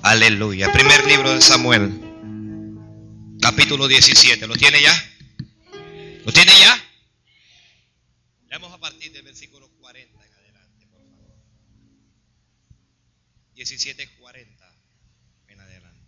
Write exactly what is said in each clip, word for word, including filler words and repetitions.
Aleluya. Primer libro de Samuel, capítulo diecisiete. ¿Lo tiene ya? ¿Lo tiene ya? Leamos a partir del versículo cuarenta en adelante, por favor. diecisiete cuarenta en adelante.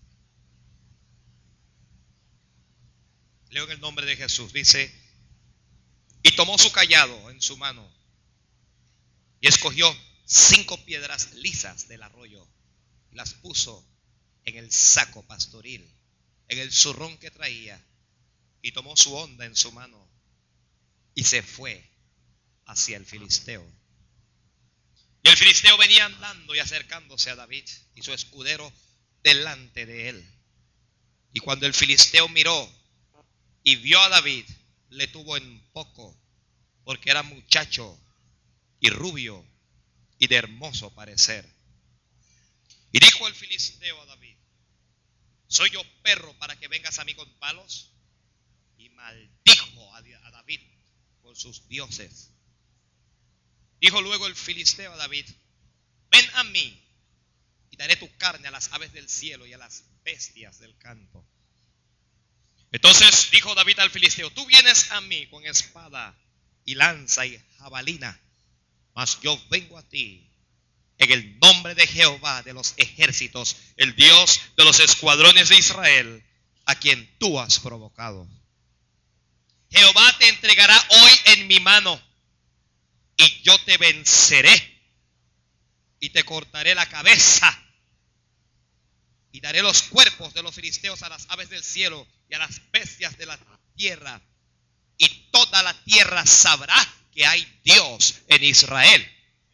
Leo en el nombre de Jesús. Dice: y tomó su cayado en su mano y escogió cinco piedras lisas del arroyo y las puso en el saco pastoril, en el zurrón que traía, y tomó su honda en su mano y se fue hacia el filisteo. Y el filisteo venía andando y acercándose a David y su escudero delante de él. Y cuando el filisteo miró y vio a David, le tuvo en poco, porque era muchacho y rubio y de hermoso parecer. Y dijo el filisteo a David: ¿soy yo perro para que vengas a mí con palos? Y maldijo a David con sus dioses. Dijo luego el filisteo a David: ven a mí y daré tu carne a las aves del cielo y a las bestias del campo. Entonces dijo David al filisteo: tú vienes a mí con espada y lanza y jabalina, mas yo vengo a ti en el nombre de Jehová de los ejércitos, el Dios de los escuadrones de Israel, a quien tú has provocado. Jehová te entregará hoy en mi mano, y yo te venceré, y te cortaré la cabeza, y daré los cuerpos de los filisteos a las aves del cielo y a las bestias de la tierra, y toda la tierra sabrá que hay Dios en Israel.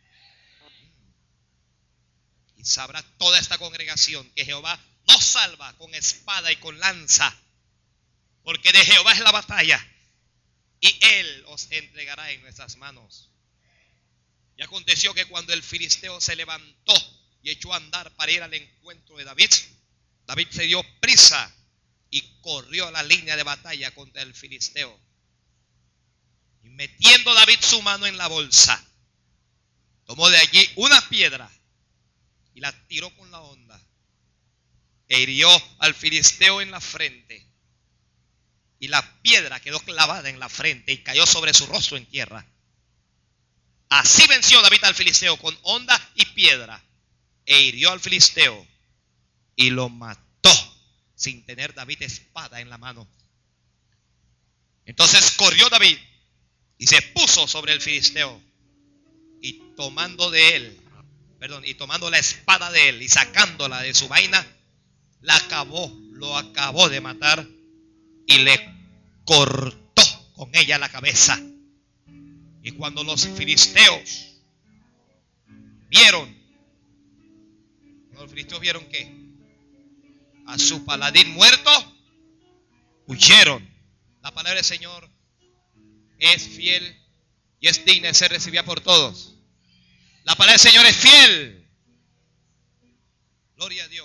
Y sabrá toda esta congregación que Jehová no salva con espada y con lanza, porque de Jehová es la batalla, y Él os entregará en nuestras manos. Y aconteció que cuando el filisteo se levantó y echó a andar para ir al encuentro de David, David se dio prisa y corrió a la línea de batalla contra el filisteo. Y metiendo David su mano en la bolsa, tomó de allí una piedra y la tiró con la honda, e hirió al filisteo en la frente, y la piedra quedó clavada en la frente y cayó sobre su rostro en tierra. Así venció David al filisteo con honda y piedra, e hirió al filisteo y lo mató, sin tener David espada en la mano. Entonces corrió David y se puso sobre el filisteo, y tomando de él Perdón, y tomando la espada de él y sacándola de su vaina, la acabó, lo acabó de matar y le cortó con ella la cabeza. Y cuando los filisteos vieron, los filisteos vieron ¿qué? A su paladín muerto, huyeron. La palabra del Señor es fiel y es digna de ser recibida por todos. La palabra del Señor es fiel. Gloria a Dios.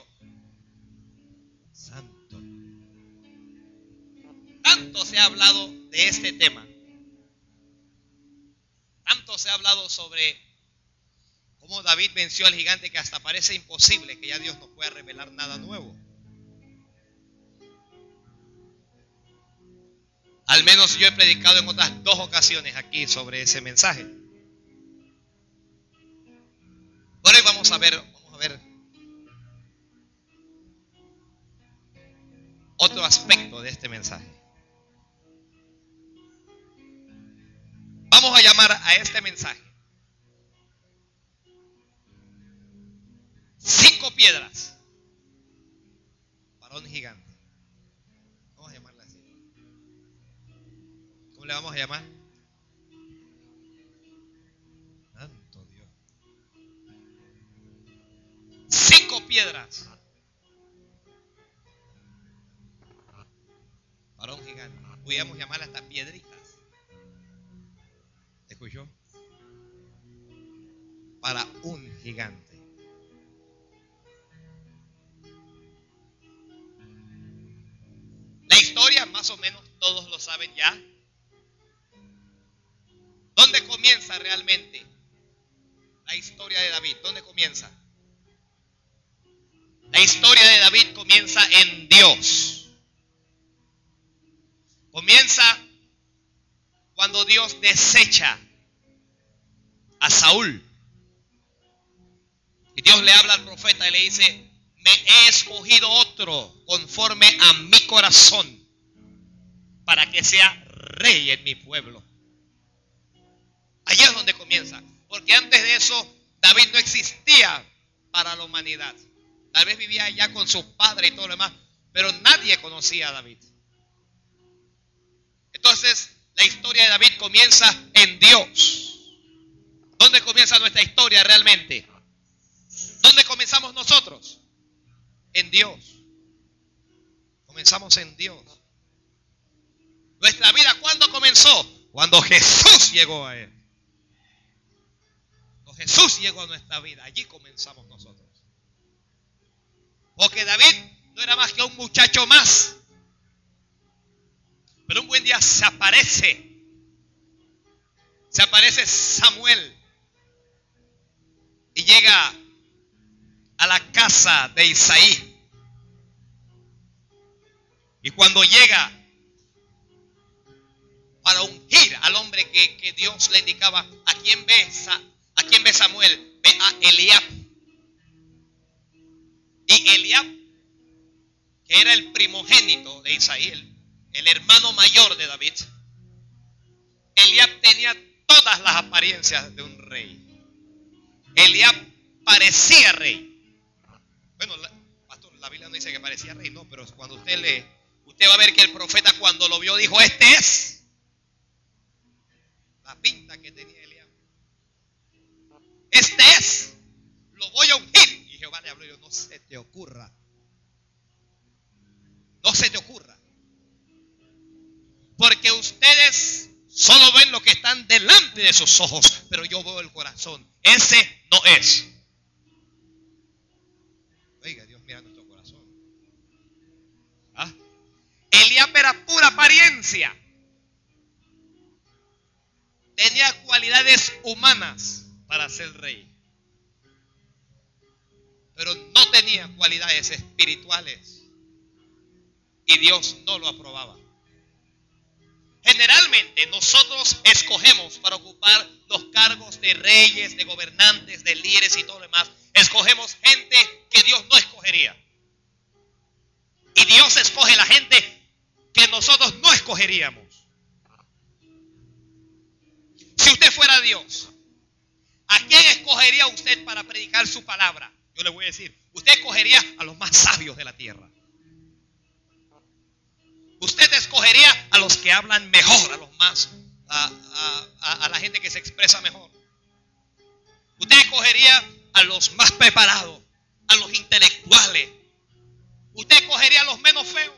Santo. Tanto se ha hablado de este tema. Tanto se ha hablado sobre cómo David venció al gigante, que hasta parece imposible que ya Dios no pueda revelar nada nuevo. Al menos yo he predicado en otras dos ocasiones aquí sobre ese mensaje. Ahora vamos a ver, vamos a ver otro aspecto de este mensaje. Vamos a llamar a este mensaje cinco piedras para un gigante. Vamos a llamarle así. ¿Cómo le vamos a llamar? Santo Dios. Cinco piedras para un gigante. Podríamos llamarle hasta piedritas. ¿Escuchó? Para un gigante. La historia más o menos todos lo saben ya. ¿Dónde comienza realmente la historia de David? ¿Dónde comienza? La historia de David comienza en Dios. Comienza cuando Dios desecha a Saúl. Y Dios le habla al profeta y le dice: me he escogido otro conforme a mi corazón para que sea rey en mi pueblo. Allí es donde comienza. Porque antes de eso, David no existía para la humanidad. Tal vez vivía allá con su padre y todo lo demás, pero nadie conocía a David. Entonces, la historia de David comienza en Dios. ¿Dónde comienza nuestra historia realmente? ¿Dónde comenzamos nosotros? En Dios. Comenzamos en Dios. Nuestra vida, ¿cuándo comenzó? Cuando Jesús llegó a él. Cuando Jesús llegó a nuestra vida, allí comenzamos nosotros. Porque David no era más que un muchacho más. Pero un buen día se aparece. Se aparece Samuel. Y llega a la casa de Isaí. Y cuando llega para ungir al hombre que, que Dios le indicaba, ¿a quién ve, a quién ve Samuel? Ve a Eliab. Y Eliab, que era el primogénito de Isaí, el, el hermano mayor de David, Eliab tenía todas las apariencias de un rey. Eliab parecía rey. Bueno, la, pastor, la Biblia no dice que parecía rey, no, pero cuando usted lee, usted va a ver que el profeta cuando lo vio dijo: este es. La pinta que tenía Eliab. Este es. Lo voy a ungir. Y Jehová le habló y dijo: no se te ocurra. No se te ocurra. Porque ustedes solo ven lo que están delante de sus ojos, pero yo veo el corazón. Ese no es. Oiga, Dios mira nuestro corazón. ¿Ah? Eliab era pura apariencia. Tenía cualidades humanas para ser rey, pero no tenía cualidades espirituales. Y Dios no lo aprobaba. Generalmente nosotros escogemos para ocupar los cargos de reyes, de gobernantes, de líderes y todo lo demás. Escogemos gente que Dios no escogería. Y Dios escoge la gente que nosotros no escogeríamos. Si usted fuera Dios, ¿a quién escogería usted para predicar su palabra? Yo le voy a decir, usted escogería a los más sabios de la tierra. Usted escogería a los que hablan mejor, a los más, a, a, a, a la gente que se expresa mejor. Usted escogería a los más preparados, a los intelectuales. Usted escogería a los menos feos.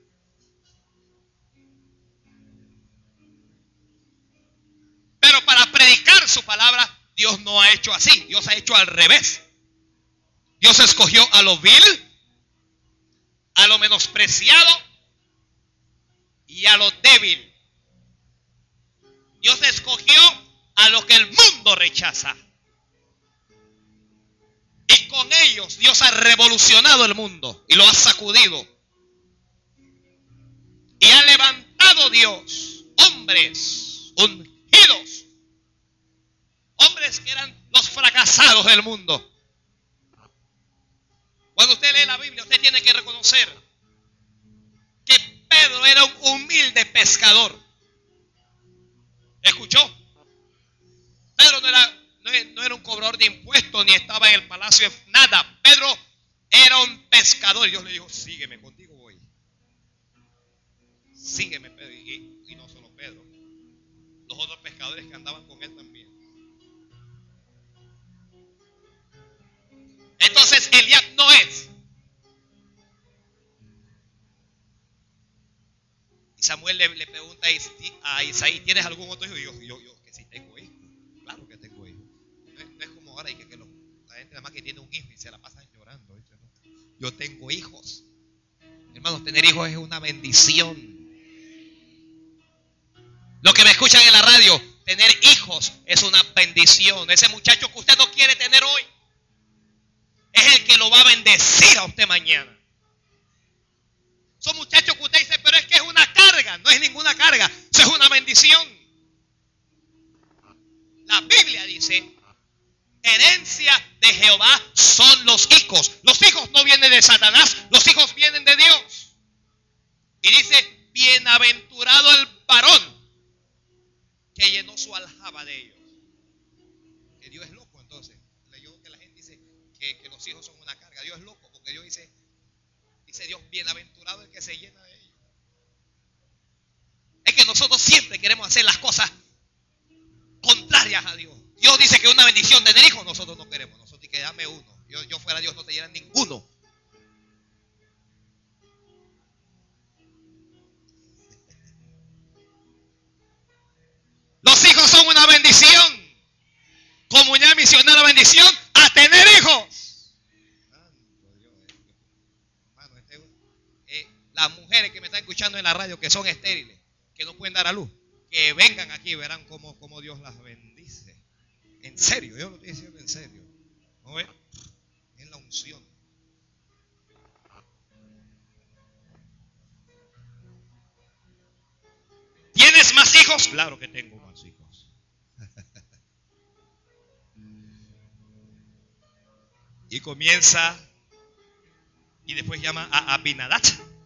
Pero para predicar su palabra, Dios no ha hecho así. Dios ha hecho al revés. Dios escogió a lo vil, a lo menospreciado y a lo débil. Dios escogió a lo que el mundo rechaza. Y con ellos Dios ha revolucionado el mundo y lo ha sacudido. Y ha levantado Dios hombres ungidos. Hombres que eran los fracasados del mundo. Cuando usted lee la Biblia, usted tiene que reconocer que Pedro era un humilde pescador. ¿Escuchó? Pedro no era, no, no era un cobrador de impuestos ni estaba en el palacio, nada. Pedro era un pescador. Y Dios le dijo: sígueme, contigo voy. Sígueme, Pedro. Y, y no solo Pedro, los otros pescadores que andaban con él también. Entonces Eliab no es. Y Samuel le, le pregunta a Isaí: ¿tienes algún otro hijo? Y yo, yo, yo que sí tengo hijos. Claro que tengo hijos. No es, no es como ahora y que, que lo, la gente nada más que tiene un hijo y se la pasan llorando. ¿Viste? Yo tengo hijos. Hermanos, tener hijos es una bendición. Los que me escuchan en la radio, tener hijos es una bendición. Ese muchacho que usted no quiere tener hoy, es el que lo va a bendecir a usted mañana. Son muchachos que usted dice, pero es que es una carga. No es ninguna carga, eso es una bendición. La Biblia dice, herencia de Jehová son los hijos. Los hijos no vienen de Satanás, los hijos vienen de Dios. Y dice, bienaventurado el varón que llenó su aljaba de ellos. Que Dios es loco entonces. Yo que la gente dice que, que los hijos son una carga. Dios es loco porque Dios dice, dice Dios, bienaventurado el que se llena de ellos. Es que nosotros siempre queremos hacer las cosas contrarias a Dios. Dios dice que es una bendición tener hijos, nosotros no queremos. Nosotros que dame uno. Yo, yo fuera Dios no te llenan ninguno. Los hijos son una bendición. Comunidad misionera, la bendición a tener hijos. Santo Dios. Hermano, este, eh, las mujeres que me están escuchando en la radio que son estériles, que no pueden dar a luz, que vengan aquí y verán cómo, cómo Dios las bendice. En serio, yo lo estoy diciendo en serio. ¿No ven? Es la unción. ¿Tienes más hijos? Claro que tengo más hijos. Y comienza y después llama a Abinadab.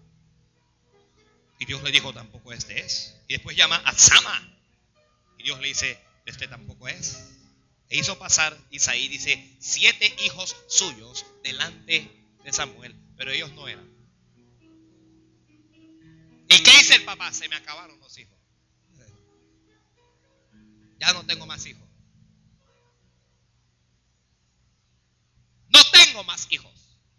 Y Dios le dijo, tampoco este es. Y después llama a Sama. Y Dios le dice, este tampoco es. E hizo pasar, Isaí dice, siete hijos suyos delante de Samuel, pero ellos no eran. ¿Y qué dice el papá? Se me acabaron los hijos. Ya no tengo más hijos. No tengo más hijos.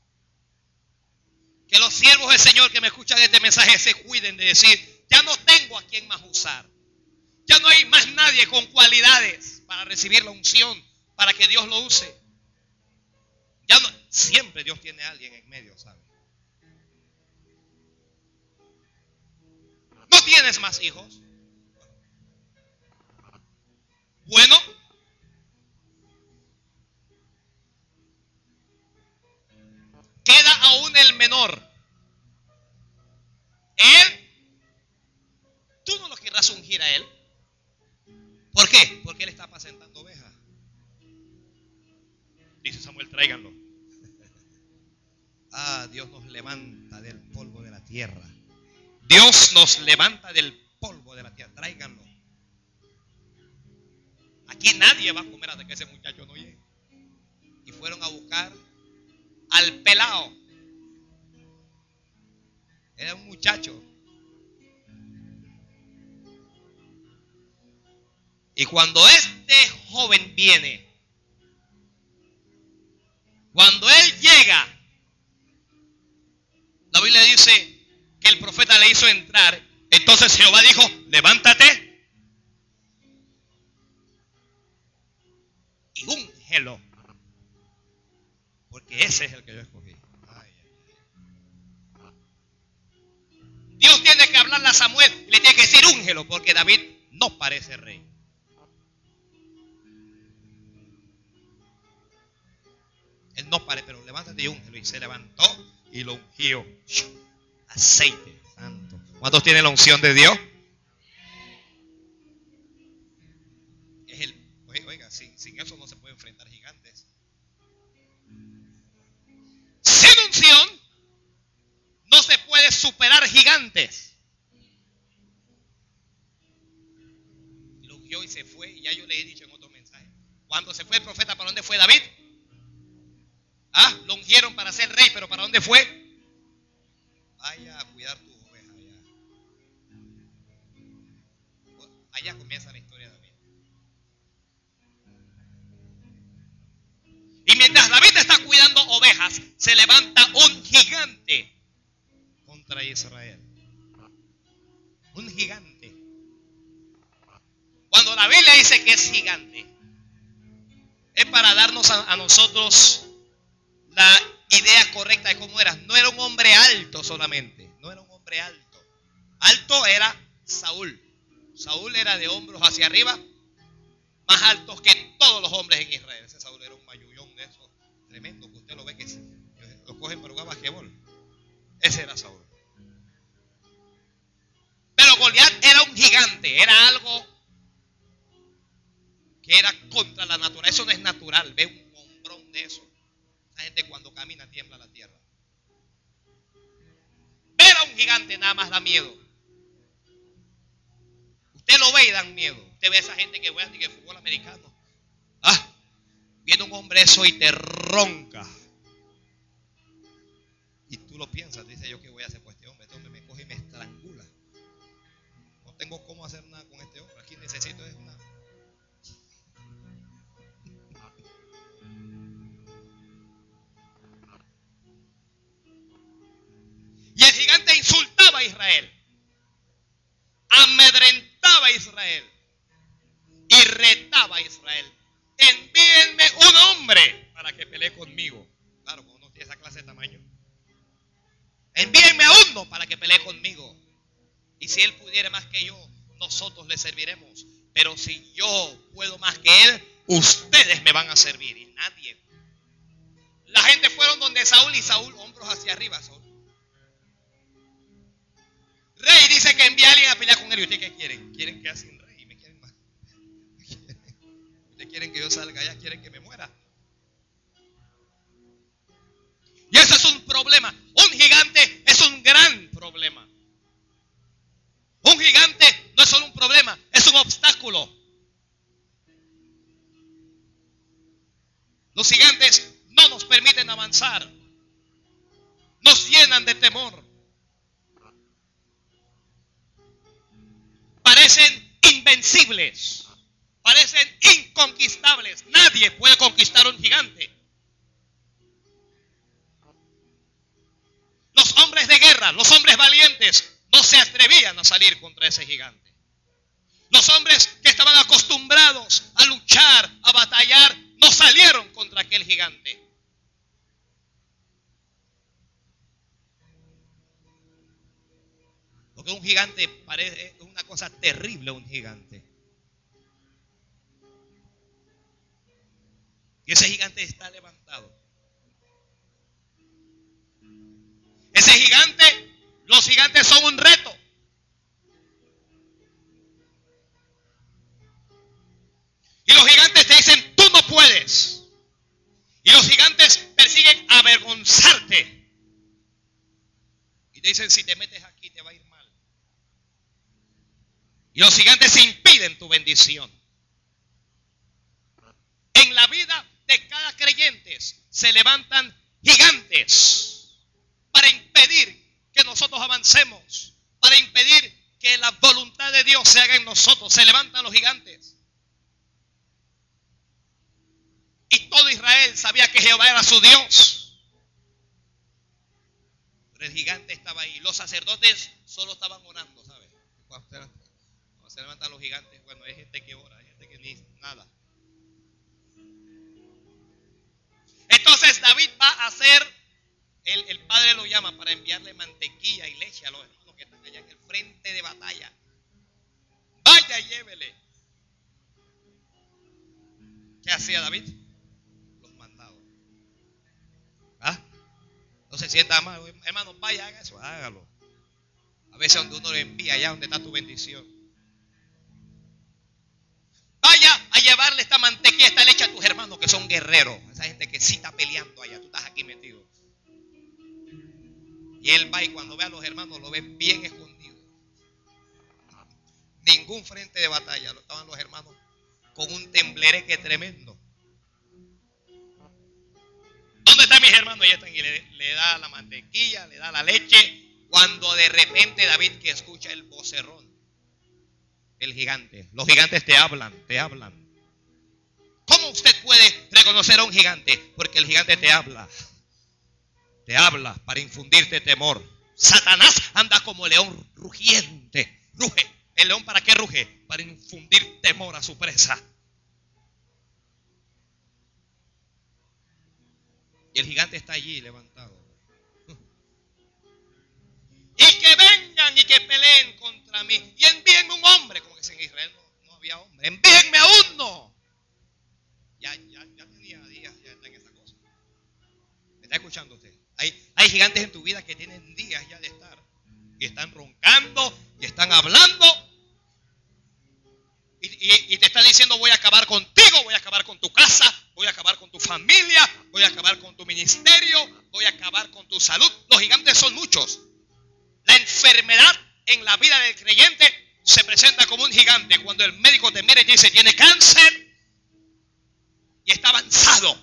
Que los siervos del Señor que me escuchan este mensaje se cuiden de decir, ya no tengo a quien más usar. Ya no hay más nadie con cualidades para recibir la unción, para que Dios lo use. Ya no, siempre Dios tiene a alguien en medio, ¿sabe? ¿No tienes más hijos? Bueno, queda aún el menor. Él, tú no lo querrás ungir a él. ¿Por qué? Porque él está apacentando ovejas. Dice Samuel, tráiganlo. Ah, Dios nos levanta del polvo de la tierra. Dios nos levanta del polvo de la tierra. Tráiganlo. Aquí nadie va a comer hasta que ese muchacho no llegue. Y fueron a buscar al pelao. Era un muchacho. Y cuando este joven viene, cuando él llega, la Biblia dice que el profeta le hizo entrar. Entonces Jehová dijo, levántate y úngelo, porque ese es el que yo escogí. Ay, ay, ay. Dios tiene que hablarle a Samuel y le tiene que decir úngelo, porque David no parece rey. Él no parece, pero levántate y úngelo. Y se levantó y lo ungió. Aceite santo. ¿Cuántos tienen la unción de Dios? Es el, oiga, sin, sin eso no se puede enfrentar gigantes. Sin unción no se puede superar gigantes. Y lo ungió y se fue. Y ya yo le he dicho en otro mensaje. Cuando se fue el profeta, ¿para dónde fue David? Ah, lo ungieron para ser rey, pero ¿para dónde fue? Vaya a cuidar tus ovejas allá. Allá comienza la historia de David. Y mientras David está cuidando ovejas, se levanta un gigante contra Israel. Un gigante. Cuando la Biblia dice que es gigante, es para darnos a, a nosotros la idea correcta de cómo era. No era un hombre alto solamente. No era un hombre alto. Alto era Saúl. Saúl era de hombros hacia arriba, más altos que todos los hombres en Israel. Ese Saúl era un mayullón de esos tremendo que usted lo ve ve que lo cogen para jugar basquetbol. Ese era Saúl. Pero Goliat era un gigante, era algo que era contra la naturaleza. Eso no es natural, ve un hombrón de eso. La gente cuando camina tiembla la tierra. Ver a un gigante nada más da miedo. Usted lo ve y dan miedo. Usted ve a esa gente que juega de fútbol americano. Ah, viene un hombre eso y te ronca. Y tú lo piensas, dice yo qué voy a hacer con este hombre. Este hombre me coge y me estrangula. No tengo cómo hacer nada con este hombre. Aquí necesito es una... Y el gigante insultaba a Israel. Amedrentaba a Israel. Y retaba a Israel. Envíenme un hombre para que pelee conmigo. Claro, cuando uno tiene esa clase de tamaño. Envíenme a uno para que pelee conmigo. Y si él pudiera más que yo, nosotros le serviremos. Pero si yo puedo más que él, ustedes me van a servir. Y nadie. La gente fueron donde Saúl y Saúl, hombros hacia arriba, Saúl. Rey dice que envía a alguien a pelear con él. ¿Y ustedes qué quieren? ¿Quieren que sin rey? ¿Me quieren más? ¿Ustedes quieren que yo salga allá? ¿Quieren que me muera? Y eso es un problema. Un gigante es un gran problema. Un gigante no es solo un problema, es un obstáculo. Los gigantes no nos permiten avanzar. Nos llenan de temor. Parecen invencibles. Parecen inconquistables. Nadie puede conquistar a un gigante. Los hombres de guerra, los hombres valientes, no se atrevían a salir contra ese gigante. Los hombres que estaban acostumbrados a luchar, a batallar, no salieron contra aquel gigante. Porque un gigante parece una cosa terrible, un gigante. Y ese gigante está levantado. Ese gigante, los gigantes son un reto. Y los gigantes te dicen, tú no puedes. Y los gigantes persiguen avergonzarte. Y te dicen, si te metes aquí te va a ir mal. Y los gigantes impiden tu bendición. En la vida de cada creyente se levantan gigantes para impedir que nosotros avancemos, para impedir que la voluntad de Dios se haga en nosotros. Se levantan los gigantes. Y todo Israel sabía que Jehová era su Dios. Pero el gigante estaba ahí. Los sacerdotes solo estaban orando, ¿sabes? Cuando se levantan los gigantes, bueno, hay gente que ora, hay gente que ni nada. Entonces David va a hacer, el, el padre lo llama para enviarle mantequilla y leche a los hermanos que están allá en el frente de batalla. Vaya, llévele. ¿Qué hacía David? Los mandados. ¿Ah? No se sienta mal, hermano, vaya, haga eso, hágalo. A veces donde uno le envía, allá donde está tu bendición. Vaya a llevarle esta mantequilla, esta leche a tus hermanos que son guerreros. Esa gente que sí está peleando allá, tú estás aquí metido. Y él va y cuando ve a los hermanos lo ve bien escondido. Ningún frente de batalla, lo estaban los hermanos con un temblereque tremendo. ¿Dónde están mis hermanos? Ya están y le, le da la mantequilla, le da la leche. Cuando de repente David que escucha el vocerrón. El gigante. Los gigantes te hablan, te hablan. ¿Cómo usted puede reconocer a un gigante? Porque el gigante te habla. Te habla para infundirte temor. Satanás anda como león rugiente. Ruge. ¿El león para qué ruge? Para infundir temor a su presa. Y el gigante está allí levantado. Y que vengan y que peleen contra mí. Y envíenme un hombre. Como que en Israel no, no había hombre. Envíenme a uno. Ya, ya, ya tenía días, ya está en esa cosa. ¿Está escuchando usted? Hay, hay gigantes en tu vida que tienen días ya de estar. Y están roncando, y están hablando. Y, y, y te están diciendo: voy a acabar contigo, voy a acabar con tu casa, voy a acabar con tu familia, voy a acabar con tu ministerio, voy a acabar con tu salud. Los gigantes son muchos. La enfermedad en la vida del creyente se presenta como un gigante cuando el médico te mira y dice: tiene cáncer y está avanzado.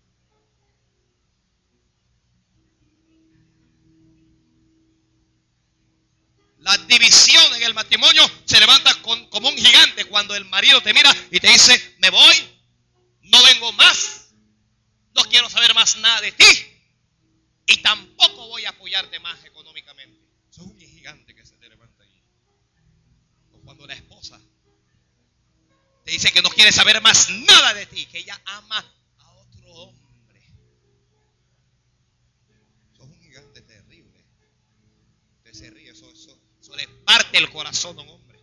La división en el matrimonio se levanta con, como un gigante cuando el marido te mira y te dice: me voy, no vengo más, no quiero saber más nada de ti y tampoco voy a apoyarte más económicamente. Eso es un gigante que se te levanta ahí. O cuando la esposa te dice que no quiere saber más nada de ti, que ella ama a otro hombre. Eso es un gigante terrible. Usted se ríe, eso, eso, eso le parte el corazón a un hombre.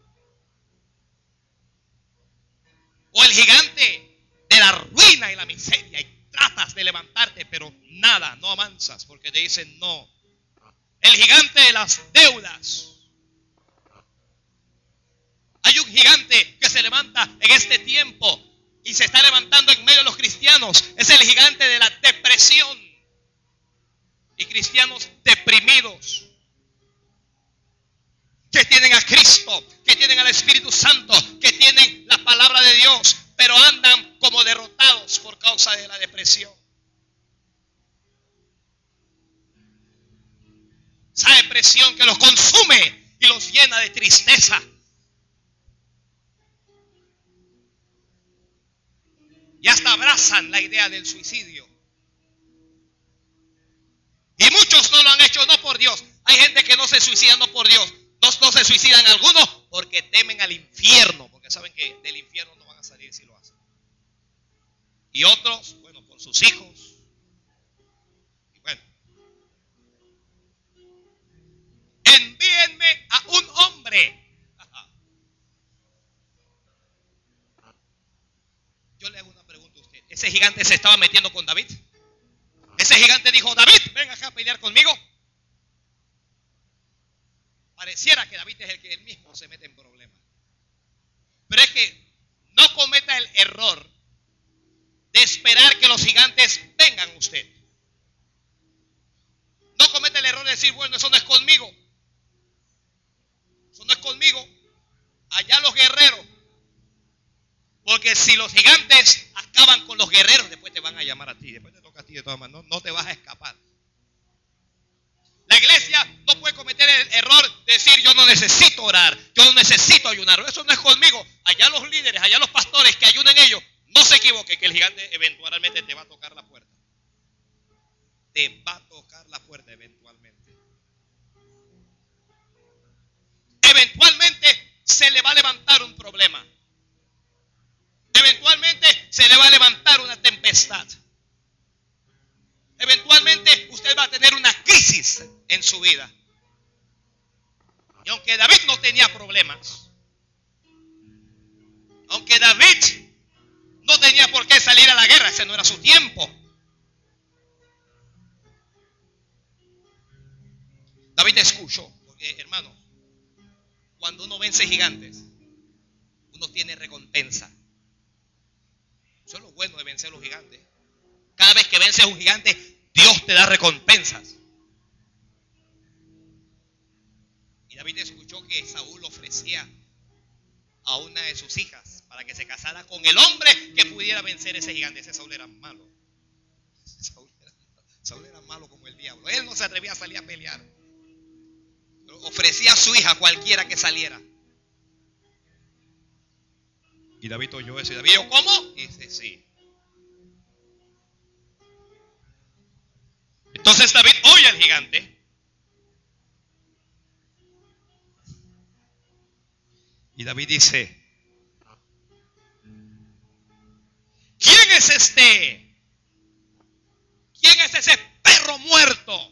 O el gigante de la ruina y la miseria, y tratas de levantarte, pero nada, no avanzas porque te dicen no. El gigante de las deudas. Hay un gigante que se levanta en este tiempo y se está levantando en medio de los cristianos. Es el gigante de la depresión. Y cristianos deprimidos, que tienen a Cristo, que tienen al Espíritu Santo, que tienen la palabra de Dios, pero andan como derrotados por causa de la depresión. Esa depresión que los consume y los llena de tristeza. Y hasta abrazan la idea del suicidio. Y muchos no lo han hecho, no por Dios. Hay gente que no se suicida no por Dios. No, no se suicidan algunos porque temen al infierno. Porque saben que del infierno no van a salir si lo hacen. Y otros, bueno, por sus hijos. Y bueno. Envíenme a un hombre. Yo le hago una pregunta a usted. ¿Ese gigante se estaba metiendo con David? Ese gigante dijo: David, ven acá a pelear conmigo. Pareciera que David es el que él mismo se mete en problemas. Pero es que no cometa el error de esperar que los gigantes vengan a usted. No cometa el error de decir: bueno, eso no es conmigo. Eso no es conmigo. Allá los guerreros. Porque si los gigantes acaban con los guerreros, después te van a llamar a ti. Después te toca a ti de todas maneras. No, no te vas a escapar. La iglesia no puede cometer el error de decir: yo no necesito orar, yo no necesito ayunar. Eso no es conmigo. Allá los líderes, allá los pastores que ayunen ellos. No se equivoque que el gigante eventualmente te va a tocar la puerta. Te va a tocar la puerta eventualmente. Eventualmente se le va a levantar un problema. Eventualmente se le va a levantar una tempestad. Eventualmente usted va a tener una crisis en su vida. Y aunque David no tenía problemas, aunque David no tenía por qué salir a la guerra, ese no era su tiempo. David escuchó, porque hermano, cuando uno vence gigantes, uno tiene recompensa. Eso es lo bueno de vencer los gigantes. Cada vez que vences a un gigante, Dios te da recompensas. Y David escuchó que Saúl ofrecía a una de sus hijas para que se casara con el hombre que pudiera vencer ese gigante. Ese Saúl era malo. Saúl era, Saúl era malo como el diablo. Él no se atrevía a salir a pelear. Pero ofrecía a su hija a cualquiera que saliera. Y David oyó eso. Y David dijo: ¿cómo? Y dice: sí. Entonces David oye al gigante. Y David dice: ¿quién es este? ¿Quién es ese perro muerto?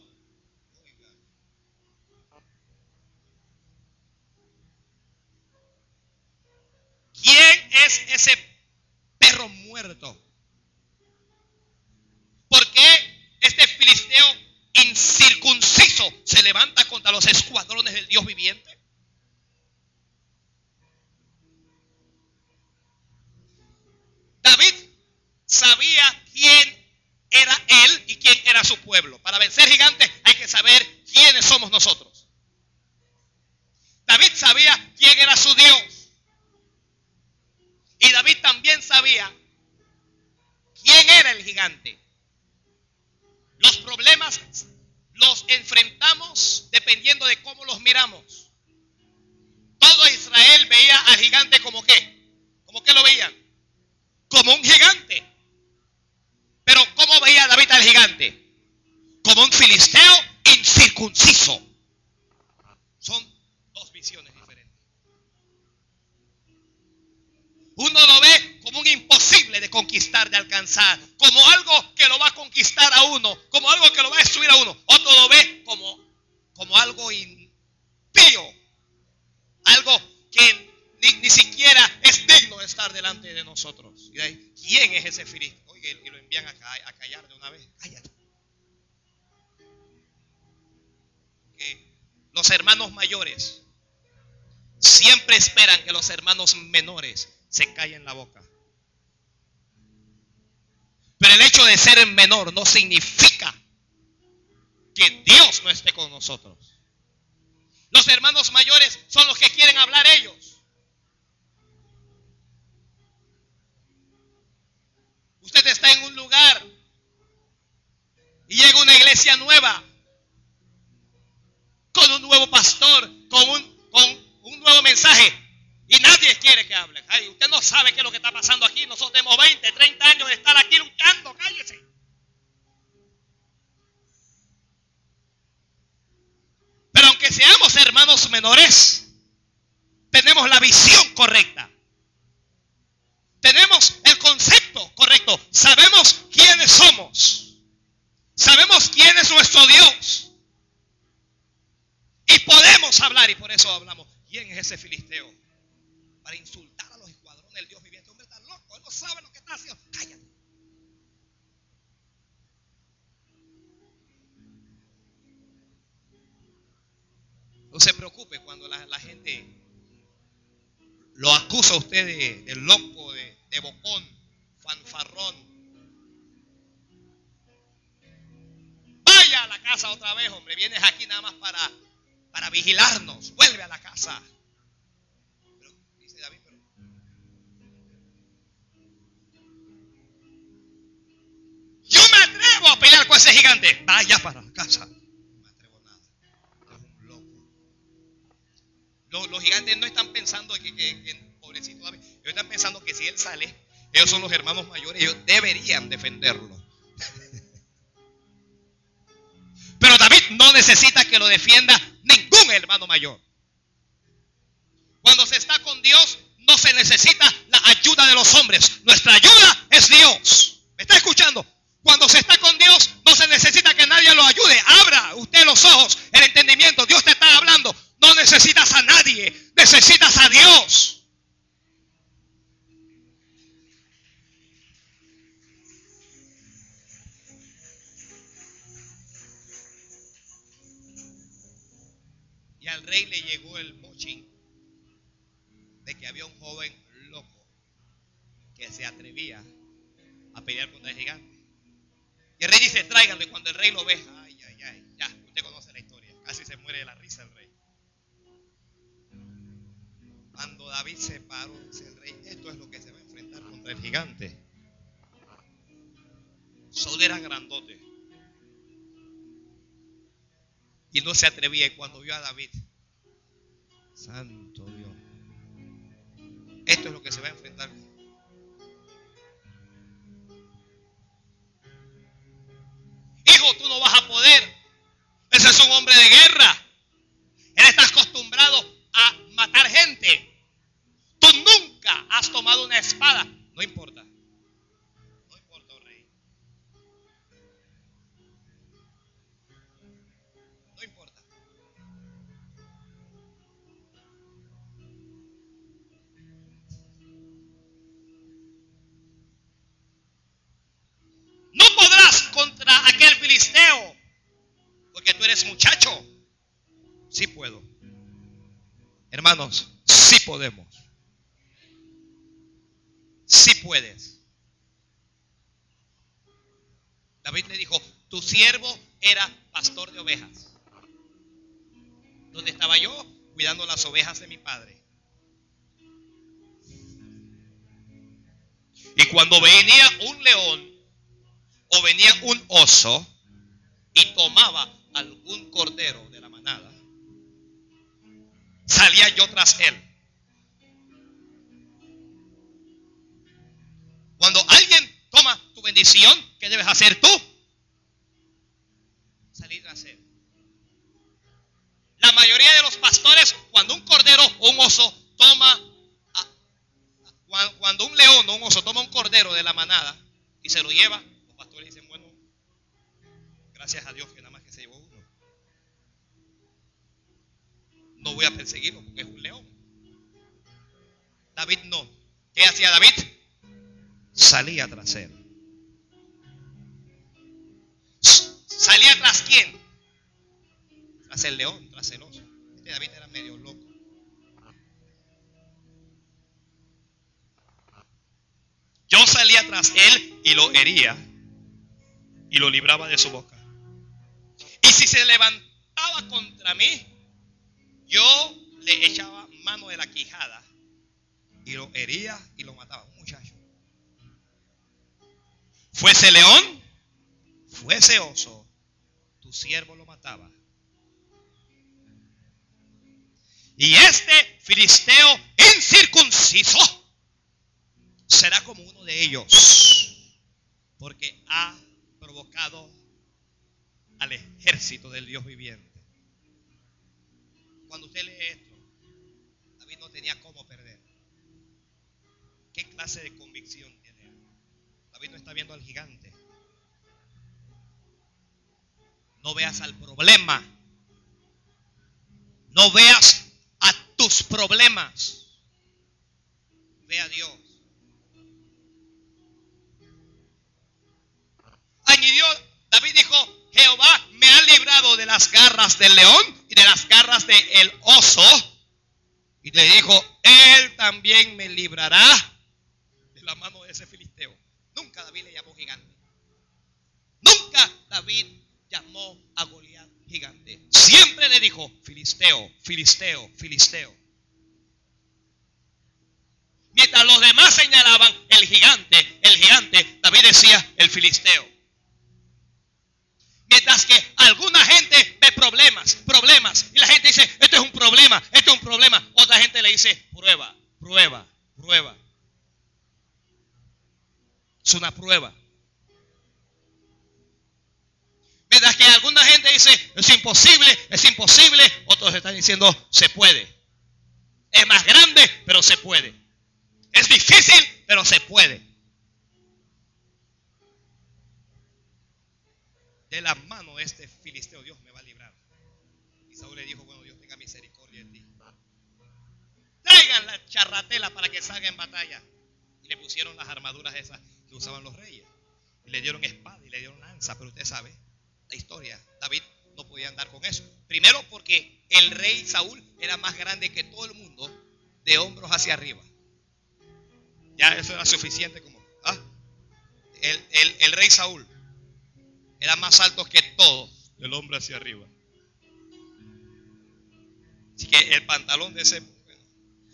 ¿Quién es ese perro muerto? ¿Por qué este filisteo eso se levanta contra los escuadrones del Dios viviente. David sabía quién era él y quién era su pueblo. Para vencer gigantes hay que saber quiénes somos nosotros. David sabía quién era su Dios. Y David también sabía quién era el gigante. Los problemas los enfrentamos dependiendo de cómo los miramos. Todo Israel veía al gigante como qué. ¿Cómo que lo veían? Como un gigante. Pero ¿cómo veía David al gigante? Como un filisteo incircunciso. Son dos visiones diferentes. Uno lo ve como un imposible de conquistar, de alcanzar, como algo que lo va a conquistar a uno, como algo que lo va a destruir a uno. Otro lo ve como, como algo impío, algo que ni, ni siquiera es digno de estar delante de nosotros. Y de ahí, ¿quién es ese filisteo? Oye, y lo envían a, a callar de una vez. Cállate. Que los hermanos mayores siempre esperan que los hermanos menores se callen la boca. Pero el hecho de ser menor no significa que Dios no esté con nosotros. Los hermanos mayores son los que quieren hablar ellos. Usted está en un lugar y llega una iglesia nueva con un nuevo pastor, con un, con un nuevo mensaje. Y nadie quiere que hable. Ay, usted no sabe qué es lo que está pasando aquí. Nosotros tenemos veinte, treinta años de estar aquí luchando. Cállese. Pero aunque seamos hermanos menores, tenemos la visión correcta. Tenemos el concepto correcto. Sabemos quiénes somos. Sabemos quién es nuestro Dios. Y podemos hablar, y por eso hablamos. ¿Quién es ese filisteo? Para insultar a los escuadrones del Dios viviente. Hombre, está loco, él no sabe lo que está haciendo. Cállate. No se preocupe cuando la, la gente lo acusa a usted de, de loco, de, de bocón, fanfarrón. Vaya a la casa otra vez, hombre. Vienes aquí nada más para, para vigilarnos. Vuelve a la casa. David, pero yo me atrevo a pelear con ese gigante. Vaya para la casa. No me atrevo a nada. Es un loco. Los, los gigantes no están pensando que, que, que pobrecito David. Ellos están pensando que si él sale, ellos son los hermanos mayores, ellos deberían defenderlo. Pero David no necesita que lo defienda ningún hermano mayor. Cuando se está con Dios, no se necesita la ayuda de los hombres. Nuestra ayuda es Dios. ¿Me está escuchando? Cuando se está con Dios, no se necesita que nadie lo ayude. Abra usted los ojos, el entendimiento. Dios te está hablando. No necesitas a nadie. Necesitas a Dios. Y al rey le llegó el mochín de que había un joven loco que se atrevía a pelear contra el gigante. Y el rey dice, tráiganlo. Y cuando el rey lo ve, ay, ay, ay, ya, usted conoce la historia. Casi se muere de la risa el rey. Cuando David se paró, dice el rey, esto es lo que se va a enfrentar contra el gigante. Solo era grandote. Y no se atrevía. Y cuando vio a David, santo Dios, esto es lo que se va a enfrentar. Hijo, tú no vas a poder. Ese es un hombre de guerra. Él está acostumbrado a matar gente. Tú nunca has tomado una espada. No importa. No importa, oh rey. No importa. No podrás contra aquel filisteo, porque porque tú eres muchacho. Sí puedo. Hermanos, sí podemos. Sí puedes. David le dijo, tu siervo era pastor de ovejas. ¿Dónde estaba yo? Cuidando las ovejas de mi padre. Y cuando venía un león o venía un oso y tomaba algún cordero de la manada, salía yo tras él. Cuando alguien toma tu bendición, ¿qué debes hacer tú? Salir tras él. La mayoría de los pastores, cuando un cordero o un oso toma, a, a, cuando un león o un oso toma un cordero de la manada y se lo lleva, los pastores dicen, bueno, gracias a Dios que nada más que se llevó uno. No voy a perseguirlo porque es un león. David no. ¿Qué hacía David? Salía tras él. ¿Salía tras quién? Tras el león, tras el oso. Este David era medio loco. Yo salía tras él y lo hería y lo libraba de su boca. Y si se levantaba contra mí, yo le echaba mano de la quijada y lo hería y lo mataba. Un muchacho. Fuese león, fuese oso, tu siervo lo mataba. Y este filisteo incircunciso será como uno de ellos, porque ha provocado al ejército del Dios viviente. Cuando usted lee esto, David no tenía cómo perder. ¿Qué clase de convicción tiene él? David no está viendo al gigante. No veas al problema. No veas a tus problemas. Ve a Dios. Añadió, David dijo, Jehová me ha librado de las garras del león y de las garras del oso. Y le dijo, él también me librará de la mano de ese filisteo. Nunca David le llamó gigante. Nunca David llamó a Goliat gigante. Siempre le dijo, filisteo, filisteo, filisteo. Mientras los demás señalaban el gigante, el gigante, David decía el filisteo. Mientras que alguna gente ve problemas, problemas, y la gente dice, esto es un problema, esto es un problema. Otra gente le dice, prueba, prueba, prueba. Es una prueba. Mientras que alguna gente dice, es imposible, es imposible. Otros están diciendo, se puede. Es más grande, pero se puede. Es difícil, pero se puede. De la mano de este filisteo Dios me va a librar. Y Saúl le dijo, bueno, Dios tenga misericordia de ti. Traigan la charratela para que salga en batalla. Y le pusieron las armaduras esas que usaban los reyes. Y le dieron espada y le dieron lanza. Pero usted sabe la historia. David no podía andar con eso. Primero porque el rey Saúl era más grande que todo el mundo, de hombros hacia arriba. Ya eso era suficiente como... ¿ah? El, el, el rey Saúl era más alto que todos, del hombro hacia arriba. Así que el pantalón de ese... Bueno.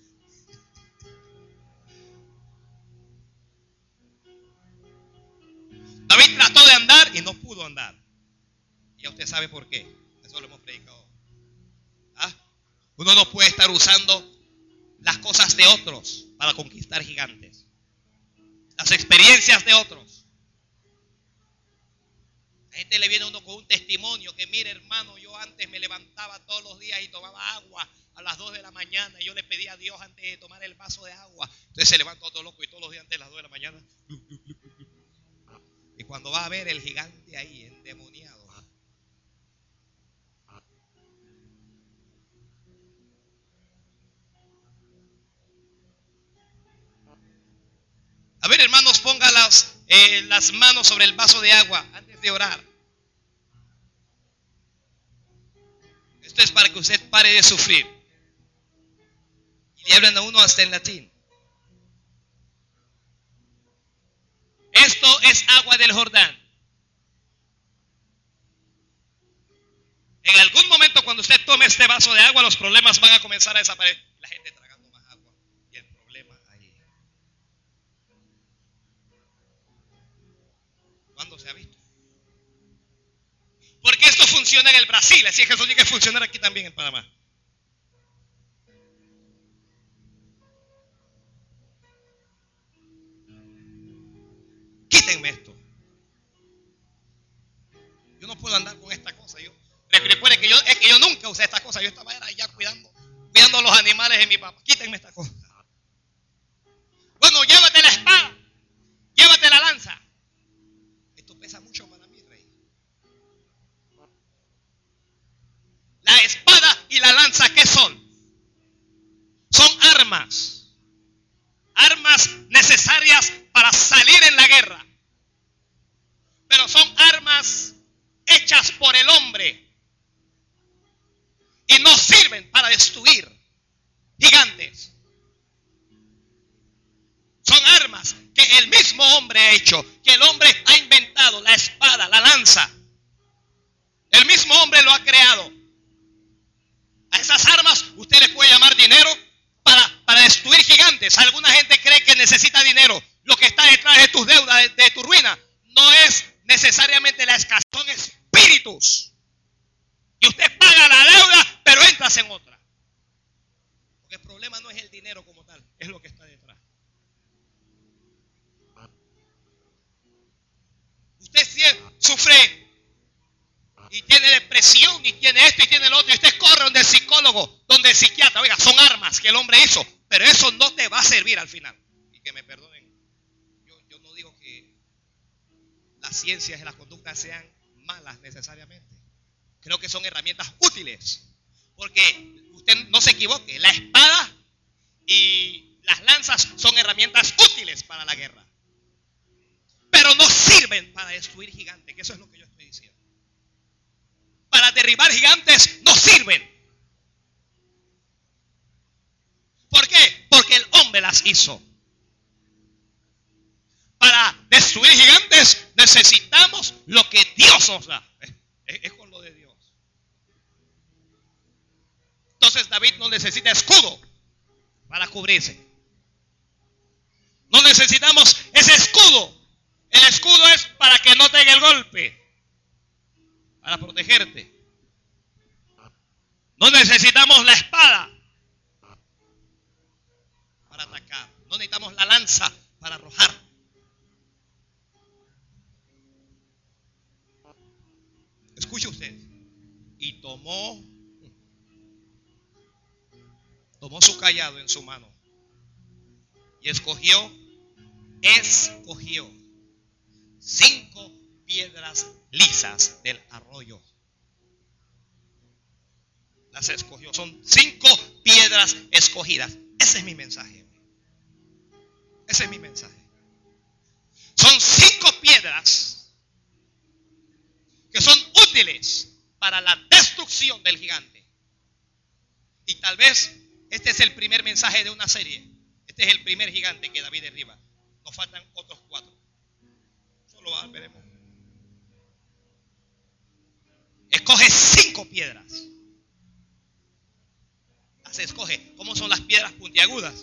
David trató de andar y no pudo andar. Y ya usted sabe por qué. Eso lo hemos predicado. ¿Ah? Uno no puede estar usando las cosas de otros para conquistar gigantes. Las experiencias de otros. La gente le viene a uno con un testimonio que, mire hermano, yo antes me levantaba todos los días y tomaba agua a las dos de la mañana y yo le pedía a Dios antes de tomar el vaso de agua. Entonces se levanta todo loco y todos los días antes de las dos de la mañana. Y cuando va a ver el gigante ahí, endemoniado. A ver, hermanos, ponga las, eh, las manos sobre el vaso de agua antes de orar. Esto es para que usted pare de sufrir. Y le hablan a uno hasta en latín. Esto es agua del Jordán. En algún momento cuando usted tome este vaso de agua, los problemas van a comenzar a desaparecer. La gente tragando más agua y el problema ahí. ¿Cuándo se ha visto? Porque esto funciona en el Brasil, así es que eso tiene que funcionar aquí también en Panamá. Quítenme esto. Yo no puedo andar con esta cosa. Yo, recuerde que yo, es que yo nunca usé esta cosa. Yo estaba allá cuidando, cuidando los animales de mi papá. Quítenme esta cosa. Bueno, llévate la espada. Llévate la lanza. Esto pesa mucho para mí, rey. La espada y la lanza, ¿qué son? Son armas. Armas necesarias para salir en la guerra. Pero son armas hechas por el hombre. Y no sirven para destruir gigantes. Son armas que el mismo hombre ha hecho, que el hombre ha inventado, la espada, la lanza. El mismo hombre lo ha creado. A esas armas usted le puede llamar dinero para, para destruir gigantes. Alguna gente cree que necesita dinero. Lo que está detrás de tus deudas, de, de tu ruina, no es necesariamente la escasez, son espíritus. Y usted paga la deuda, pero entras en otra. Porque el problema no es el dinero como tal, es lo que está detrás. Usted sufre y tiene depresión y tiene esto y tiene lo otro, y usted corre donde el psicólogo, donde el psiquiatra. Oiga, son armas que el hombre hizo, pero eso no te va a servir al final. Y que me perdonen, yo, yo no digo que las ciencias y las conductas sean malas necesariamente. Creo que son herramientas útiles, porque usted no se equivoque, la espada y las lanzas son herramientas útiles para la guerra, pero no sirven para destruir gigantes, que eso es lo que yo estoy diciendo. Para derribar gigantes no sirven. ¿Por qué? Porque el hombre las hizo. Para destruir gigantes necesitamos lo que Dios nos da. Es, es con lo de Dios. Entonces David no necesita escudo para cubrirse. No necesitamos ese escudo. El escudo es para que no te dé el golpe, para protegerte. No necesitamos la espada para atacar. No necesitamos la lanza para arrojar. Escuche usted. Y tomó, tomó su callado en su mano y escogió, escogió cinco piedras lisas del arroyo. Las escogió. Son cinco piedras escogidas. Ese es mi mensaje. Ese es mi mensaje. Son cinco piedras que son útiles para la destrucción del gigante. Y tal vez este es el primer mensaje de una serie. Este es el primer gigante que David derriba. Nos faltan otros cuatro. Solo veremos. Escoge cinco piedras. Las escoge. ¿Cómo son las piedras puntiagudas?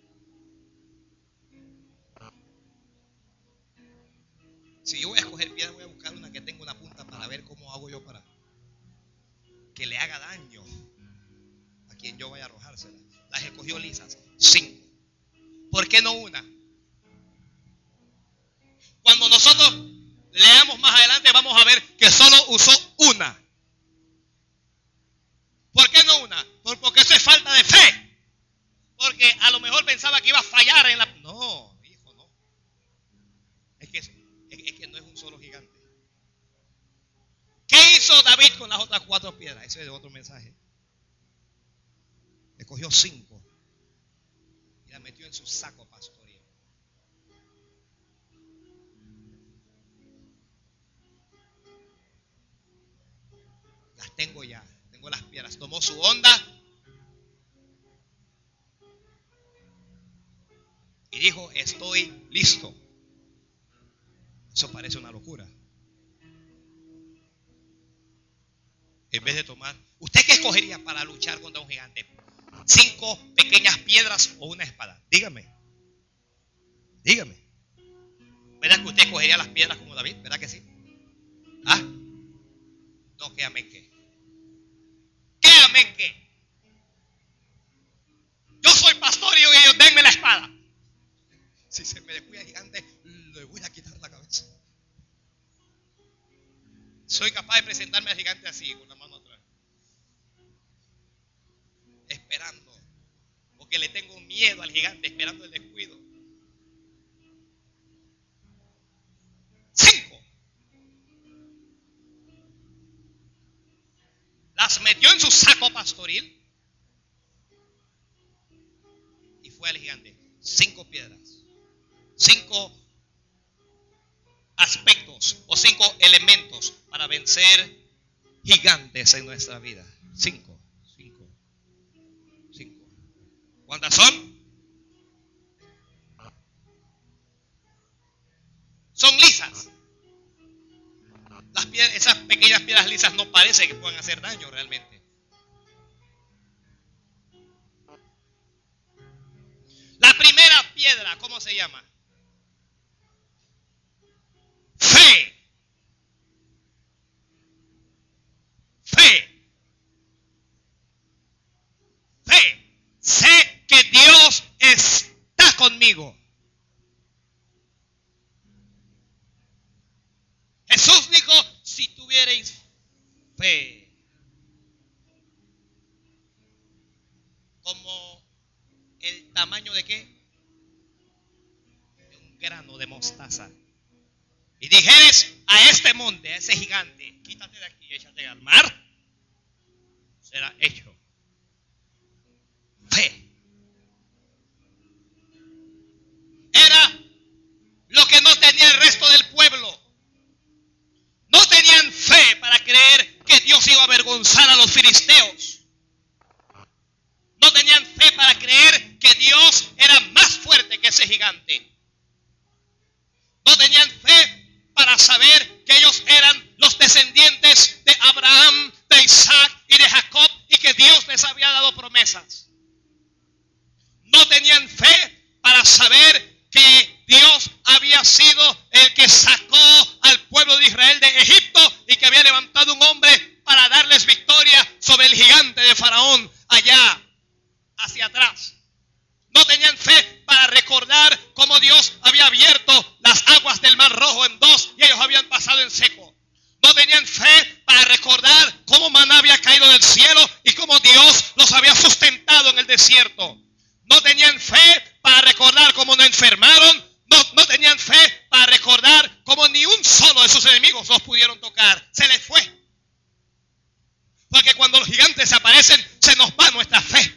Si yo voy a escoger piedras, voy a buscar una que tenga una punta para ver cómo hago yo para que le haga daño a quien yo vaya a arrojársela. Las escogió lisas. Cinco. ¿Por qué no una? Cuando nosotros leamos más adelante vamos a ver que solo usó una. ¿Por qué no una? Porque eso es falta de fe. Porque a lo mejor pensaba que iba a fallar en la... No, hijo, no. Es que, es, es que no es un solo gigante. ¿Qué hizo David con las otras cuatro piedras? Ese es otro mensaje. Escogió cinco y las metió en su saco pastoril. Las tengo ya. Tengo las piedras. Tomó su onda y dijo, estoy listo. Eso parece una locura. En vez de tomar, ¿usted qué escogería para luchar contra un gigante? ¿Cinco pequeñas piedras o una espada? Dígame. Dígame. ¿Verdad que usted escogería las piedras como David? ¿Verdad que sí? ¿Ah? No, ¿qué amén qué? ¿Qué amén qué? Yo soy pastor y ellos denme la espada. Si se me descuida el gigante, le voy a quitar la cabeza. Soy capaz de presentarme al gigante así, con la mano atrás, esperando, porque le tengo miedo al gigante, esperando el descuido. Cinco. Las metió en su saco pastoril y fue al gigante. Cinco piedras. Cinco aspectos o cinco elementos para vencer gigantes en nuestra vida. Cinco, cinco, cinco. ¿Cuántas son? Son lisas. Las piedras, esas pequeñas piedras lisas no parece que puedan hacer daño realmente. La primera piedra, ¿cómo se llama? Fe. Fe. Fe. Sé que Dios está conmigo. Jesús dijo, si tuvierais fe, como el tamaño de qué? De un grano de mostaza. Y dijeres a este monte, a ese gigante, quítate de aquí, échate al mar, será hecho. Fe. Era lo que no tenía el resto del pueblo. No tenían fe para creer que Dios iba a avergonzar a los filisteos. No tenían fe para creer que Dios era más fuerte que ese gigante. No tenían fe para saber que ellos eran los descendientes de Abraham, de Isaac y de Jacob y que Dios les había dado promesas. No tenían fe para saber que Dios había sido el que sacó al pueblo de Israel de Egipto y que había levantado un hombre para darles victoria sobre el gigante de Faraón allá hacia atrás. No tenían fe para recordar cómo Dios había abierto las aguas del Mar Rojo en dos y ellos habían pasado en seco. No tenían fe para recordar cómo maná había caído del cielo y cómo Dios los había sustentado en el desierto. No tenían fe para recordar cómo no enfermaron. No, no tenían fe para recordar cómo ni un solo de sus enemigos los pudieron tocar. Se les fue. Porque cuando los gigantes aparecen, se nos va nuestra fe.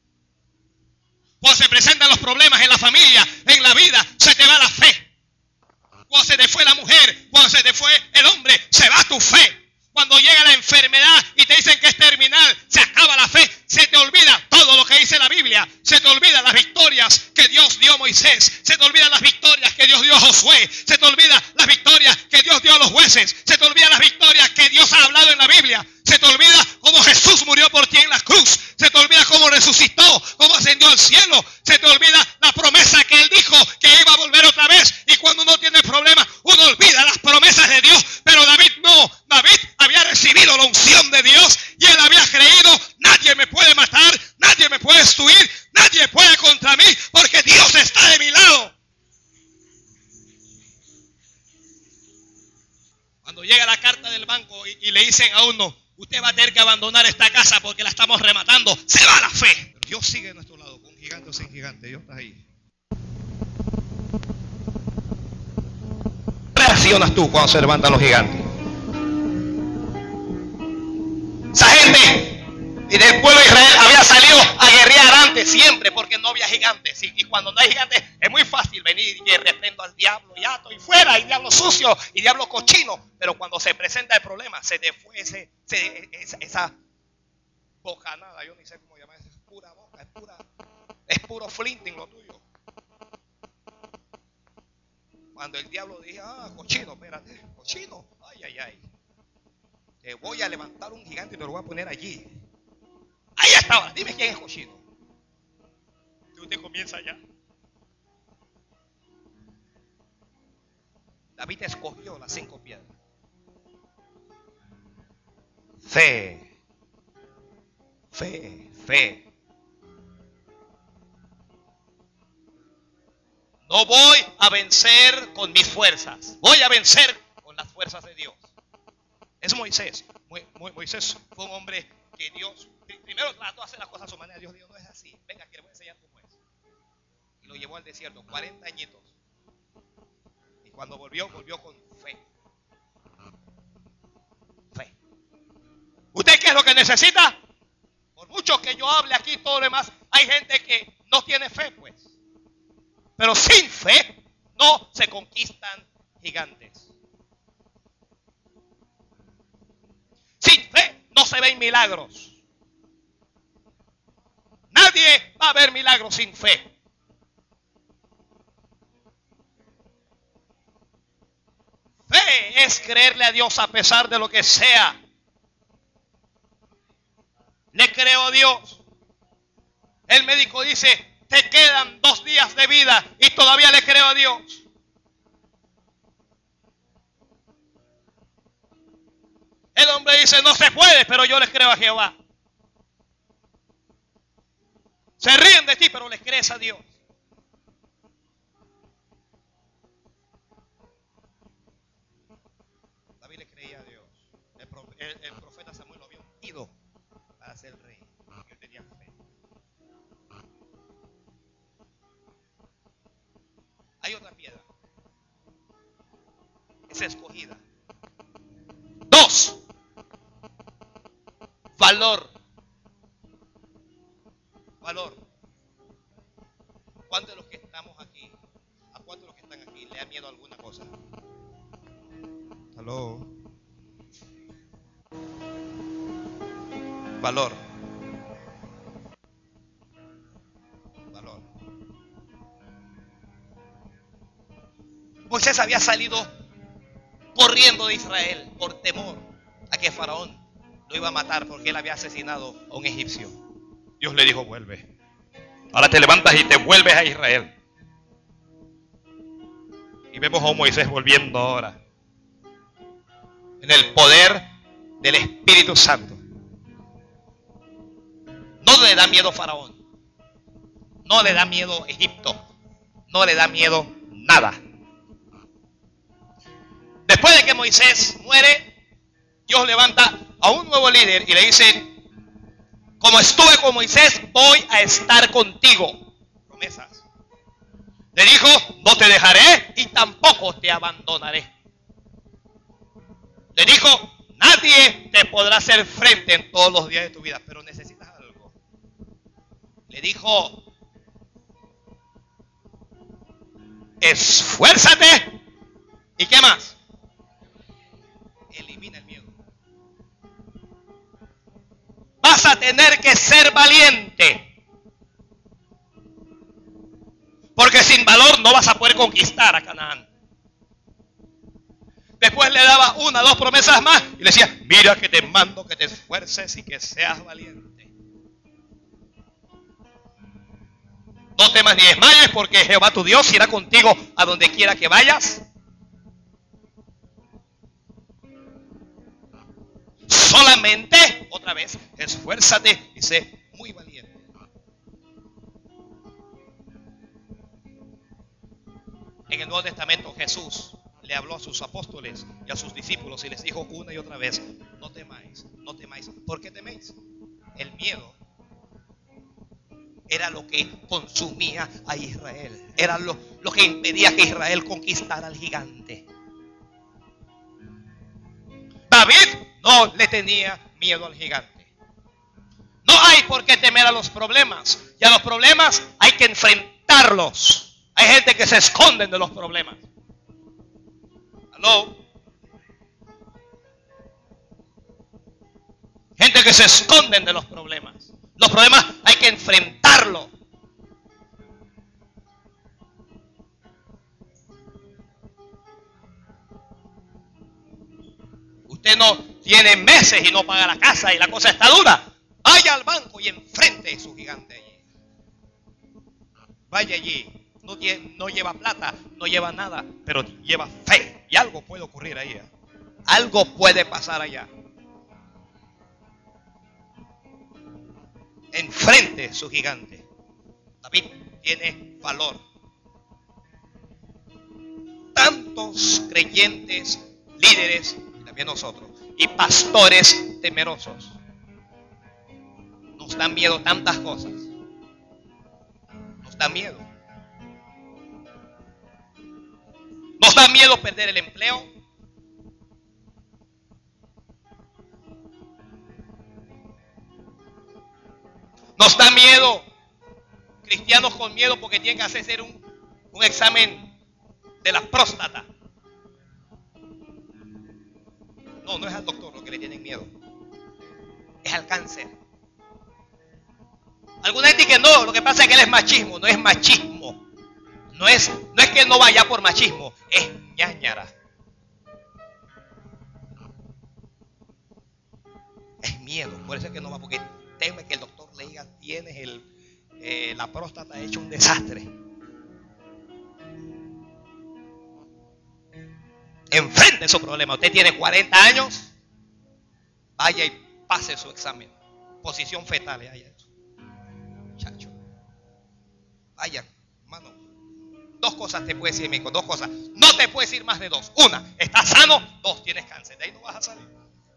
Cuando se presentan los problemas en la familia, en la vida, se te va la fe. Cuando se te fue la mujer, cuando se te fue el hombre, se va tu fe. Cuando llega la enfermedad y te dicen que es terminal, se acaba la fe. Se te olvida todo lo que dice la Biblia. Se te olvidan las victorias que Dios dio a Moisés. Se te olvidan las victorias que Dios dio a Josué. Se te olvidan las victorias que Dios dio a los jueces. Se te olvidan las victorias que Dios ha hablado en la Biblia. Se te olvida cómo Jesús murió por ti en la cruz. Se te olvida cómo resucitó, cómo ascendió al cielo. Se te olvida la promesa que Él dijo que iba a volver otra vez. Y cuando uno tiene problemas, uno olvida las promesas de Dios. Pero David no. David había recibido la unción de Dios y él había creído, nadie me puede matar, nadie me puede destruir, nadie puede contra mí, porque Dios está de mi lado. Cuando llega la carta del banco y, y le dicen a uno, usted va a tener que abandonar esta casa porque la estamos rematando, se va la fe. Pero Dios sigue a nuestro lado, con gigante o sin gigante, Dios está ahí. ¿Qué reaccionas tú cuando se levantan los gigantes? Esa gente y del pueblo de Israel había salido a guerrear antes siempre porque no había gigantes. Y, y cuando no hay gigantes es muy fácil venir y reprendo al diablo y ato y fuera, y diablo sucio y diablo cochino. Pero cuando se presenta el problema, se te fue ese, ese, esa, esa, bocanada, yo ni sé cómo llamar eso, es pura boca, es pura, es puro flinting lo tuyo. Cuando el diablo dice, ah, cochino, espérate, cochino, ay, ay, ay. Te voy a levantar un gigante y te lo voy a poner allí. Ahí estaba, dime quién es cochino. Y usted comienza allá. David escogió las cinco piedras. Fe, fe, fe. No voy a vencer con mis fuerzas, voy a vencer con las fuerzas de Dios. Es Moisés. Moisés fue un hombre que Dios primero trató de hacer las cosas a su manera. Dios dijo, no es así, venga que le voy a enseñar cómo es. Y lo llevó al desierto, cuarenta añitos. Y cuando volvió, volvió con fe. Fe. ¿Usted qué es lo que necesita? Por mucho que yo hable aquí todo lo demás, hay gente que no tiene fe, pues. Pero sin fe no se conquistan gigantes. Sin fe no se ven milagros. Nadie va a ver milagros sin fe. Fe es creerle a Dios a pesar de lo que sea. Le creo a Dios. El médico dice, te quedan dos días de vida y todavía le creo a Dios. El hombre dice, no se puede, pero yo le creo a Jehová. Se ríen de ti, pero le crees a Dios. David le creía a Dios. El, el, el profeta Samuel lo había ungido para ser rey. Él tenía fe. Hay otra piedra. Es escogida. Dos. Valor. Valor. ¿Cuántos de los que estamos aquí, a cuántos de los que están aquí le da miedo a alguna cosa? Aló. Valor. Valor. Moisés había salido corriendo de Israel por temor a que Faraón lo iba a matar porque él había asesinado a un egipcio. Dios le dijo, vuelve. Ahora te levantas y te vuelves a Israel. Y vemos a Moisés volviendo ahora en el poder del Espíritu Santo. No le da miedo Faraón. No le da miedo Egipto. No le da miedo nada. Después de que Moisés muere, Dios levanta a un nuevo líder y le dice, como estuve con Moisés, voy a estar contigo. Promesas. Le dijo, no te dejaré y tampoco te abandonaré. Le dijo, nadie te podrá hacer frente en todos los días de tu vida, pero necesitas algo. Le dijo, esfuérzate. ¿Y qué más? Elimina el miedo. Vas a tener que ser valiente. Porque sin valor no vas a poder conquistar a Canaán. Después le daba una, dos promesas más y le decía, mira que te mando que te esfuerces y que seas valiente. No temas ni desmayes porque Jehová tu Dios irá contigo a donde quiera que vayas. Solamente, otra vez, esfuérzate y sé muy valiente. En el Nuevo Testamento Jesús le habló a sus apóstoles y a sus discípulos y les dijo una y otra vez, no temáis, no temáis. ¿Por qué teméis? El miedo era lo que consumía a Israel. Era lo, lo que impedía que Israel conquistara al gigante. David no le tenía miedo al gigante. No hay por qué temer a los problemas. Y a los problemas hay que enfrentarlos. Hay gente que se esconden de los problemas. ¿Aló? Gente gente que se esconden de los problemas. Los problemas hay que enfrentarlos. Usted no tiene meses y no paga la casa y la cosa está dura. Vaya al banco y enfrente su gigante allí. Vaya allí. No, tiene, no lleva plata, no lleva nada, pero lleva fe. Y algo puede ocurrir ahí. ¿eh? Algo puede pasar allá. Enfrente su gigante. David tiene valor. Tantos creyentes, líderes, y también nosotros, y pastores temerosos. Nos dan miedo tantas cosas. Nos da miedo. Nos da miedo perder el empleo. Nos da miedo. Cristianos con miedo porque tienen que hacer un, un examen de la próstata. No, no es al doctor lo que le tienen miedo. Es al cáncer. Alguna gente que no, lo que pasa es que él es machismo. No es machismo. No es, no es que él no vaya por machismo. Es ñáñara. Es miedo. Por eso es que no va, porque teme que el doctor le diga, tienes el, eh, la próstata hecho un desastre. Enfrente su problema. Usted tiene cuarenta años, vaya y pase su examen. Posición fetal, haya eso. Chacho. Vaya, hermano. Dos cosas te puede decir el médico, dos cosas. No te puedes ir más de dos. Una, estás sano. Dos, tienes cáncer. De ahí no vas a salir.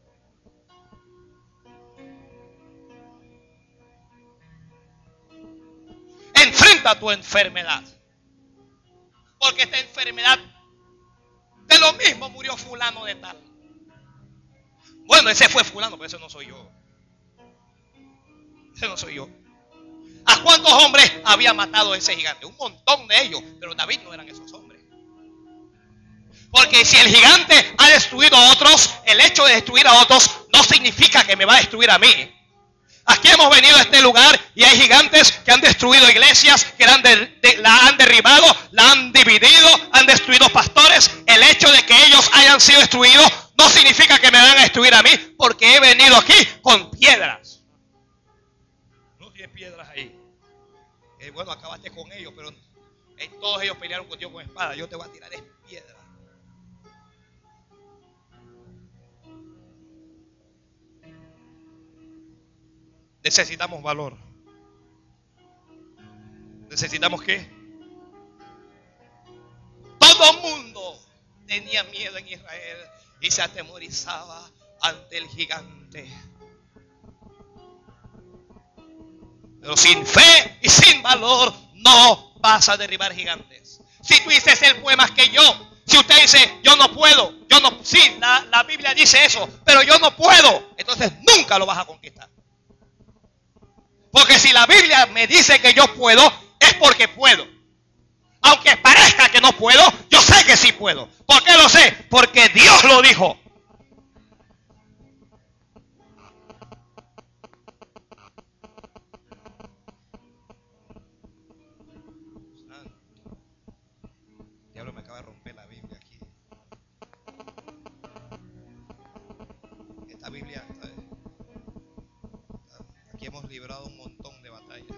Enfrenta tu enfermedad. Porque esta enfermedad, de lo mismo murió fulano de tal. Bueno, ese fue fulano, pero ese no soy yo. Ese no soy yo. ¿A cuántos hombres había matado ese gigante? Un montón de ellos, pero David no eran esos hombres. Porque si el gigante ha destruido a otros, el hecho de destruir a otros no significa que me va a destruir a mí. Aquí hemos venido a este lugar y hay gigantes que han destruido iglesias, que la han, de, de, la han derribado, la han dividido, han destruido pastores. El hecho de que ellos hayan sido destruidos no significa que me van a destruir a mí, porque he venido aquí con piedras. No tienes piedras ahí. Eh, bueno, acabaste con ellos, pero eh, todos ellos pelearon contigo con espada. Yo te voy a tirar es piedra. Necesitamos valor. ¿Necesitamos qué? Todo mundo tenía miedo en Israel y se atemorizaba ante el gigante. Pero sin fe y sin valor no vas a derribar gigantes. Si tú dices él puede más que yo, si usted dice yo no puedo, yo no, sí, la, la Biblia dice eso, pero yo no puedo, entonces nunca lo vas a conquistar. Porque si la Biblia me dice que yo puedo, es porque puedo. Aunque parezca que no puedo, yo sé que sí puedo. ¿Por qué lo sé? Porque Dios lo dijo. El diablo me acaba de romper la Biblia aquí. Esta Biblia, aquí hemos librado un montón de batallas.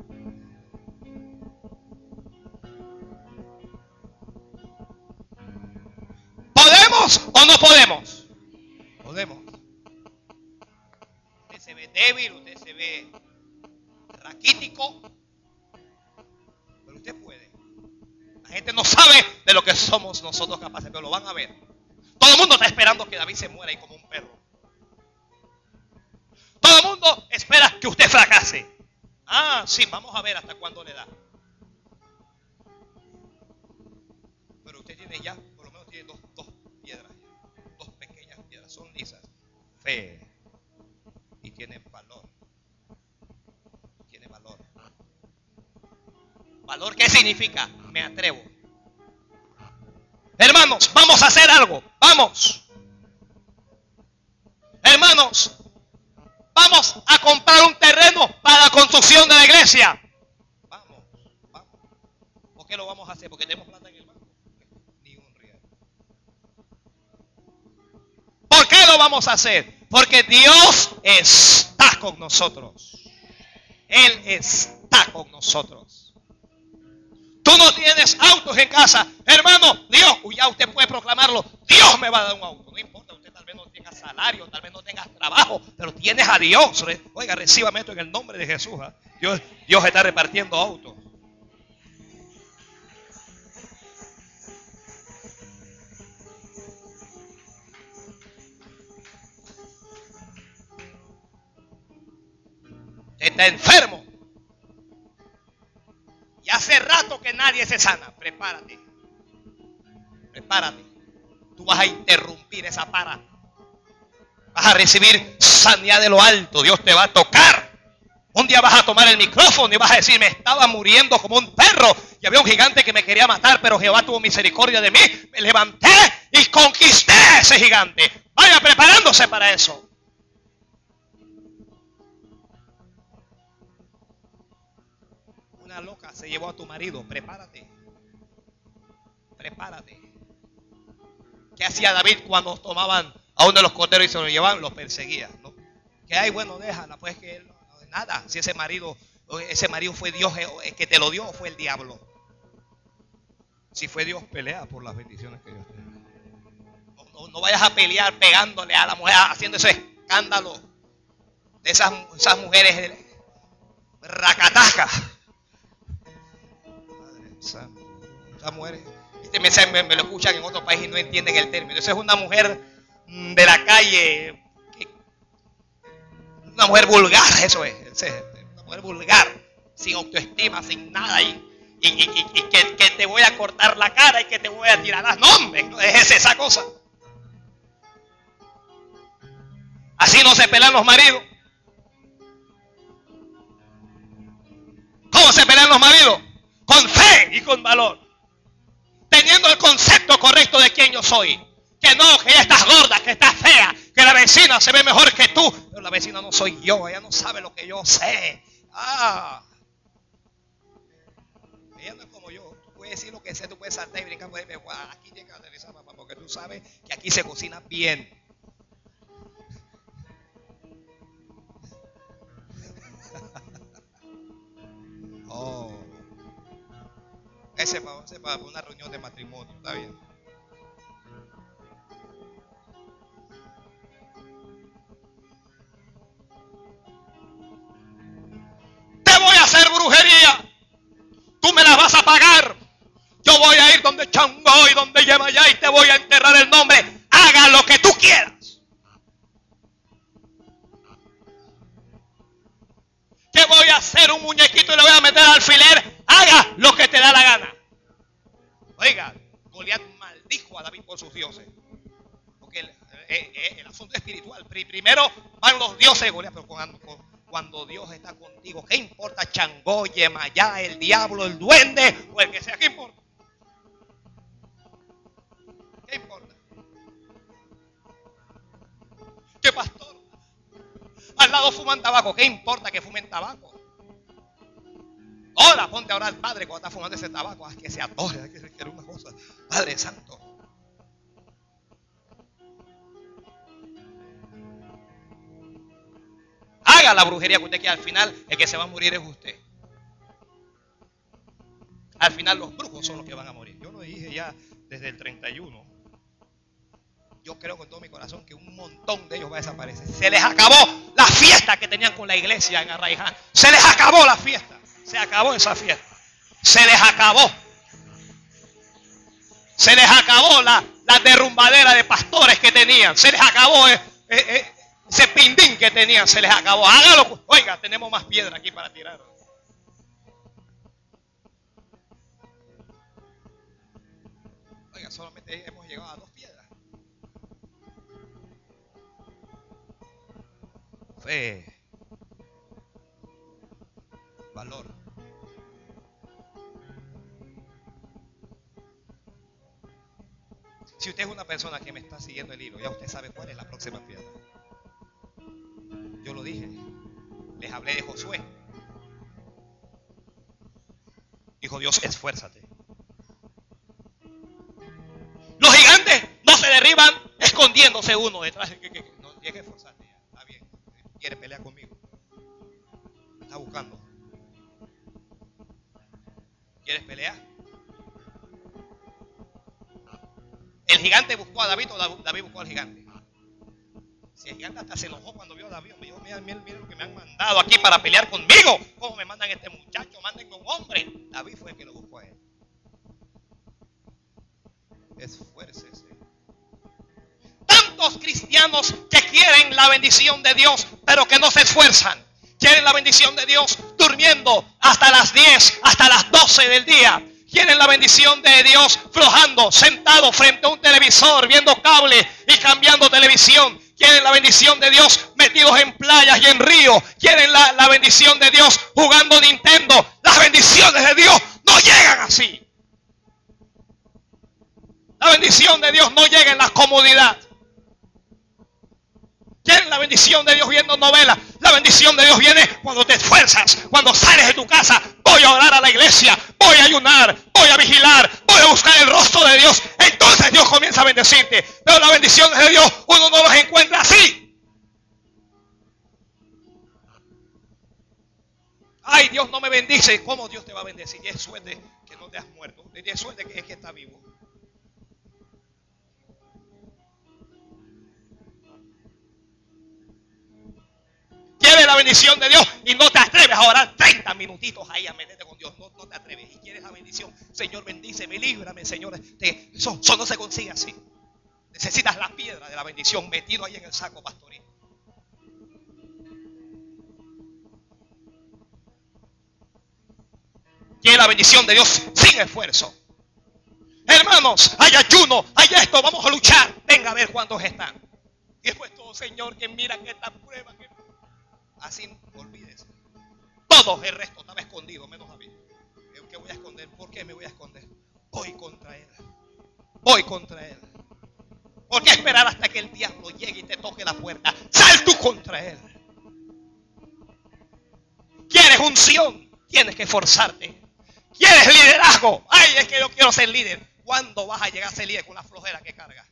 ¿Podemos o no podemos? Podemos. Usted se ve débil, usted se ve raquítico, pero usted puede. La gente no sabe de lo que somos nosotros capaces, pero lo van a ver. Todo el mundo está esperando que David se muera ahí como un perro. Todo el mundo espera que usted fracase. Ah, sí, vamos a ver hasta cuándo le da. Pero usted tiene ya, por lo menos tiene dos, dos piedras, dos pequeñas piedras, son lisas. Fe. Y tiene valor. Tiene valor. ¿Valor qué significa? Me atrevo. Hermanos, vamos a hacer algo. Vamos. Hermanos, a comprar un terreno para la construcción de la iglesia. Vamos, vamos. ¿Por qué lo vamos a hacer? Porque tenemos plata en el banco. Ni un real. ¿Por qué lo vamos a hacer? Porque Dios está con nosotros. Él está con nosotros. Tú no tienes autos en casa. Hermano, Dios, ya usted puede proclamarlo. Dios me va a dar un auto. No importa, usted tal vez no tenga salario, tal vez no tenga trabajo, pero tienes a Dios. Oiga, recíbame esto en el nombre de Jesús. ¿eh? Dios, Dios está repartiendo autos. Está enfermo. Y hace rato que nadie se sana. Prepárate. Prepárate. Tú vas a interrumpir esa para. Vas a recibir sanidad de lo alto. Dios te va a tocar. Un día vas a tomar el micrófono y vas a decir, me estaba muriendo como un perro. Y había un gigante que me quería matar, pero Jehová tuvo misericordia de mí. Me levanté y conquisté a ese gigante. Vaya preparándose para eso. Una loca se llevó a tu marido. Prepárate. Prepárate. ¿Qué hacía David cuando tomaban a uno de los corderos y se lo llevaban? Los perseguía, ¿no? ¿Qué hay? Bueno, déjala. Pues que él, nada. Si ese marido, ese marido fue Dios el que te lo dio o fue el diablo. Si fue Dios, pelea por las bendiciones que Dios te da. No, no, no vayas a pelear pegándole a la mujer, haciendo ese escándalo de esas, esas mujeres racatascas. Madre Santa. Esas mujeres, este mensaje me, me lo escuchan en otro país y no entienden el término. Esa es una mujer de la calle, que, una mujer vulgar, eso es, una mujer vulgar, sin autoestima, sin nada, y, y, y, y, y que, que te voy a cortar la cara y que te voy a tirar las nombres, no es esa cosa. Así no se pelean los maridos. ¿Cómo se pelean los maridos? Con fe y con valor. Teniendo el concepto correcto de quién yo soy. Que no, que ella está gorda, que está fea, que la vecina se ve mejor que tú. Pero la vecina no soy yo, ella no sabe lo que yo sé. Ah. Ella no es como yo. Tú puedes decir lo que sé, tú puedes saltar y brincar. Puedes decir, aquí tienes que aterrizar, papá, porque tú sabes que aquí se cocina bien. Oh. Ese para, ese para una reunión de matrimonio, está bien. Te voy a hacer brujería. Tú me las vas a pagar. Yo voy a ir donde Changó y donde Yemayá y te voy a enterrar el nombre. Haga lo que tú quieras. Que voy a hacer un muñequito y le voy a meter al alfiler. Haga lo que te da la gana. Oiga, Goliat maldijo a David por sus dioses. Porque el, el, el asunto espiritual. Primero van los dioses de Goliat, pero cuando, cuando Dios está contigo, ¿qué importa Changó, Yemayá, el diablo, el duende o el que sea? ¿Qué importa? ¿Qué importa? ¿Qué pastor? Al lado fuman tabaco. ¿Qué importa que fumen tabaco? Ahora ponte a orar al Padre cuando está fumando ese tabaco. Haz que se atore, haz que se quiera una cosa. Padre Santo. Haga la brujería que usted quiera. Al final, el que se va a morir es usted. Al final, los brujos son los que van a morir. Yo lo dije ya desde el treinta y uno. Yo creo con todo mi corazón que un montón de ellos va a desaparecer. Se les acabó la fiesta que tenían con la iglesia en Arraiján. Se les acabó la fiesta. Se acabó esa fiesta. Se les acabó. Se les acabó la, la derrumbadera de pastores que tenían. Se les acabó eh, eh, eh, ese pindín que tenían. Se les acabó. Hágalo. Oiga, tenemos más piedra aquí para tirar. Oiga, solamente hemos llegado a dos piedras. Fe. Valor. Si usted es una persona que me está siguiendo el hilo, ya usted sabe cuál es la próxima piedra. Yo lo dije. Les hablé de Josué. Dijo Dios, esfuérzate. Los gigantes no se derriban escondiéndose uno detrás de que, que, que no tienes que esforzarte ya. Está bien. ¿Quieres pelear conmigo? Me está buscando. ¿Quieres pelear? El gigante buscó a David o David buscó al gigante. Si el gigante hasta se enojó cuando vio a David, me dijo, mira, mira, mira lo que me han mandado aquí para pelear conmigo. ¿Cómo me mandan este muchacho? Mándenme un hombre. David fue el que lo buscó a él. Esfuércese. Tantos cristianos que quieren la bendición de Dios, pero que no se esfuerzan. Quieren la bendición de Dios durmiendo hasta las diez, hasta las doce del día. Quieren la bendición de Dios flojando, sentado frente a un televisor, viendo cable y cambiando televisión. Quieren la bendición de Dios metidos en playas y en ríos. Quieren la, la bendición de Dios jugando Nintendo. Las bendiciones de Dios no llegan así. La bendición de Dios no llega en la comodidad. Quieren la bendición de Dios viendo novelas. La bendición de Dios viene cuando te esfuerzas, cuando sales de tu casa. Voy a orar a la iglesia, voy a ayunar, voy a vigilar, voy a buscar el rostro de Dios. Entonces Dios comienza a bendecirte. Pero las bendiciones de Dios uno no las encuentra así. Ay, Dios no me bendice. ¿Cómo Dios te va a bendecir? Y es suerte que no te has muerto. Y es suerte que es que está vivo. Quieres la bendición de Dios y no te atreves a orar treinta minutitos ahí a meterte con Dios. No, no te atreves. Y quieres la bendición. Señor, bendíceme, líbrame, Señor. Te, eso, eso no se consigue así. Necesitas la piedra de la bendición metido ahí en el saco pastoril. Quiere la bendición de Dios sin esfuerzo. Hermanos, hay ayuno, hay esto, vamos a luchar. Venga a ver cuántos están. Y después todo, Señor, que mira que esta prueba. Que... Así, olvídese. Todo el resto estaba escondido, menos a mí. ¿Qué voy a esconder? ¿Por qué me voy a esconder? Voy contra él. Voy contra él. ¿Por qué esperar hasta que el diablo llegue y te toque la puerta? Sal tú contra él. ¿Quieres unción? Tienes que esforzarte. ¿Quieres liderazgo? Ay, es que yo quiero ser líder. ¿Cuándo vas a llegar a ser líder con la flojera que cargas?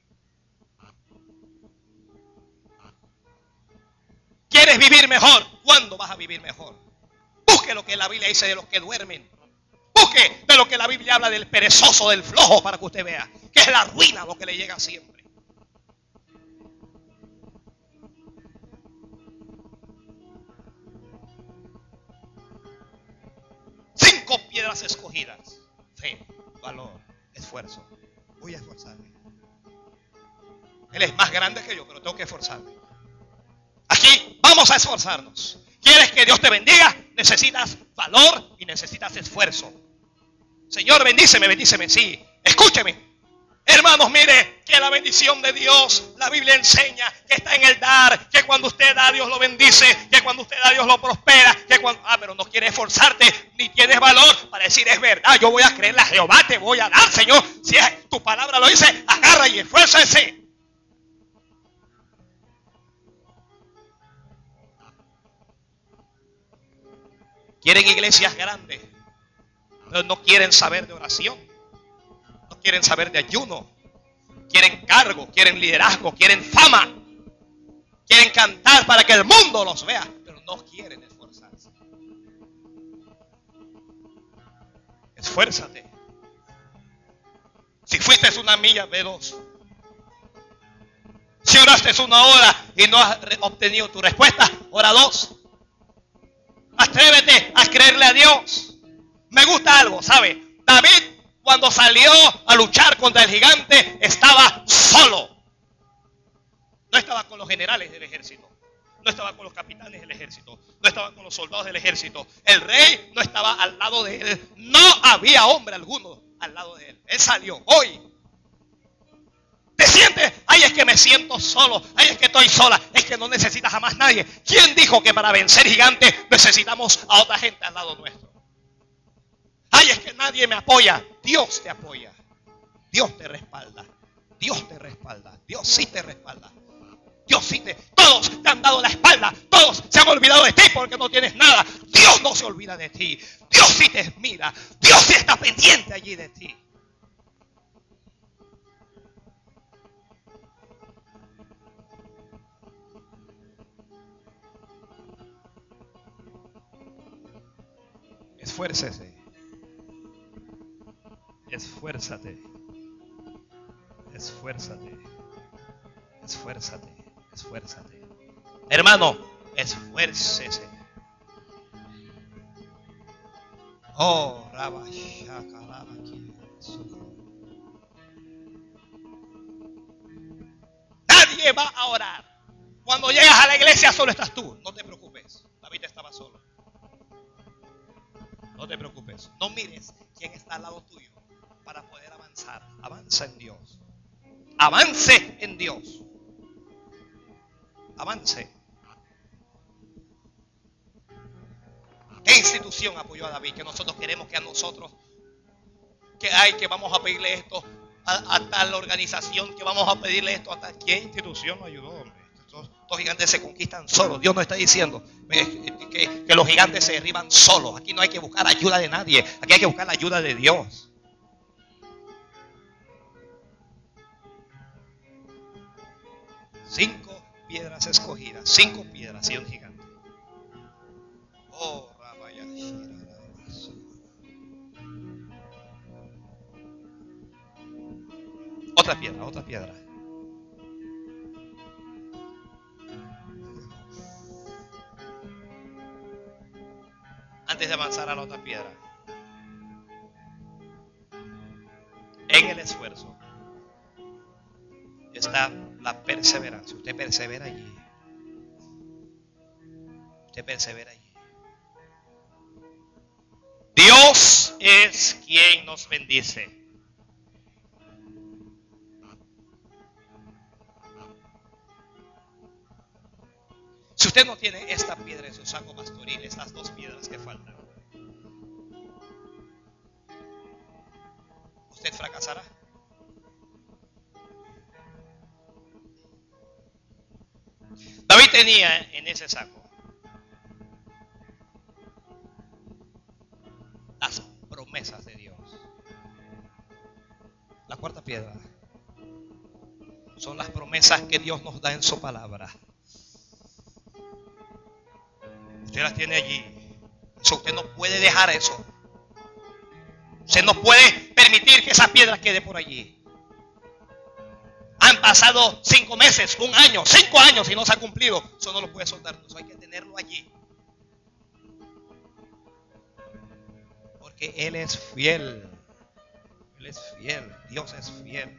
¿Quieres vivir mejor? ¿Cuándo vas a vivir mejor? Busque lo que la Biblia dice de los que duermen. Busque de lo que la Biblia habla del perezoso, del flojo, para que usted vea que es la ruina lo que le llega siempre. Cinco piedras escogidas. Fe, valor, esfuerzo. Voy a esforzarme. Él es más grande que yo, pero tengo que esforzarme. Aquí vamos a esforzarnos. ¿Quieres que Dios te bendiga? Necesitas valor y necesitas esfuerzo. Señor, bendíceme, bendíceme, sí. Escúcheme. Hermanos, mire que la bendición de Dios, la Biblia enseña que está en el dar, que cuando usted da, Dios lo bendice, que cuando usted da, Dios lo prospera, que cuando, ah, pero no quieres esforzarte, ni tienes valor para decir, es verdad, yo voy a creerle a Jehová, te voy a dar, Señor. Si es, tu palabra lo dice, agarra y esfuérzese. Quieren iglesias grandes, pero no quieren saber de oración. No quieren saber de ayuno. Quieren cargo, quieren liderazgo, quieren fama. Quieren cantar para que el mundo los vea, pero no quieren esforzarse. Esfuérzate. Si fuiste una milla, ve dos. Si oraste una hora y no has obtenido tu respuesta, ora dos. Atrévete a creerle a Dios. Me gusta algo, ¿sabe? David, cuando salió a luchar contra el gigante, estaba solo. No estaba con los generales del ejército. No estaba con los capitanes del ejército. No estaba con los soldados del ejército. El rey no estaba al lado de él. No había hombre alguno al lado de él. Él salió hoy. ¿Te sientes? Ay, es que me siento solo. Ay, es que estoy sola. Es que no necesitas a más nadie. ¿Quién dijo que para vencer gigantes necesitamos a otra gente al lado nuestro? Ay, es que nadie me apoya. Dios te apoya. Dios te respalda. Dios te respalda. Dios sí te respalda. Dios sí te, todos te han dado la espalda, todos se han olvidado de ti porque no tienes nada. Dios no se olvida de ti. Dios sí te mira. Dios sí está pendiente allí de ti. Esfuércese. Esfuérzate. Esfuérzate. Esfuérzate. Esfuérzate. Hermano, esfuércese. Oh, Rabashakarabaki. Nadie va a orar. Cuando llegas a la iglesia solo estás tú. No te preocupes. David estaba solo. No te preocupes. No mires quién está al lado tuyo para poder avanzar. Avanza en Dios. Avance en Dios. Avance. ¿Qué institución apoyó a David? Que nosotros queremos que a nosotros, que hay, que vamos a pedirle esto a, a tal organización, que vamos a pedirle esto a tal. ¿Qué institución nos ayudó, hombre? Estos, estos gigantes se conquistan solos. Dios no está diciendo que, que, que los gigantes se derriban solos. Aquí no hay que buscar ayuda de nadie. Aquí hay que buscar la ayuda de Dios. Cinco piedras escogidas. Cinco piedras y un gigante. Oh, Rabaya. Otra piedra, otra piedra. Antes de avanzar a la otra piedra, en el esfuerzo está la perseverancia. Usted persevera allí. Usted persevera allí. Dios es quien nos bendice. Si usted no tiene esta piedra en su saco pastoril, estas dos piedras que faltan, usted fracasará. David tenía en ese saco las promesas de Dios. La cuarta piedra son las promesas que Dios nos da en su palabra. Usted las tiene allí. Eso, usted no puede dejar eso. Usted no puede permitir que esa piedra quede por allí. Han pasado cinco meses, un año, cinco años y no se ha cumplido. Eso no lo puede soltar. Eso hay que tenerlo allí. Porque Él es fiel. Él es fiel. Dios es fiel.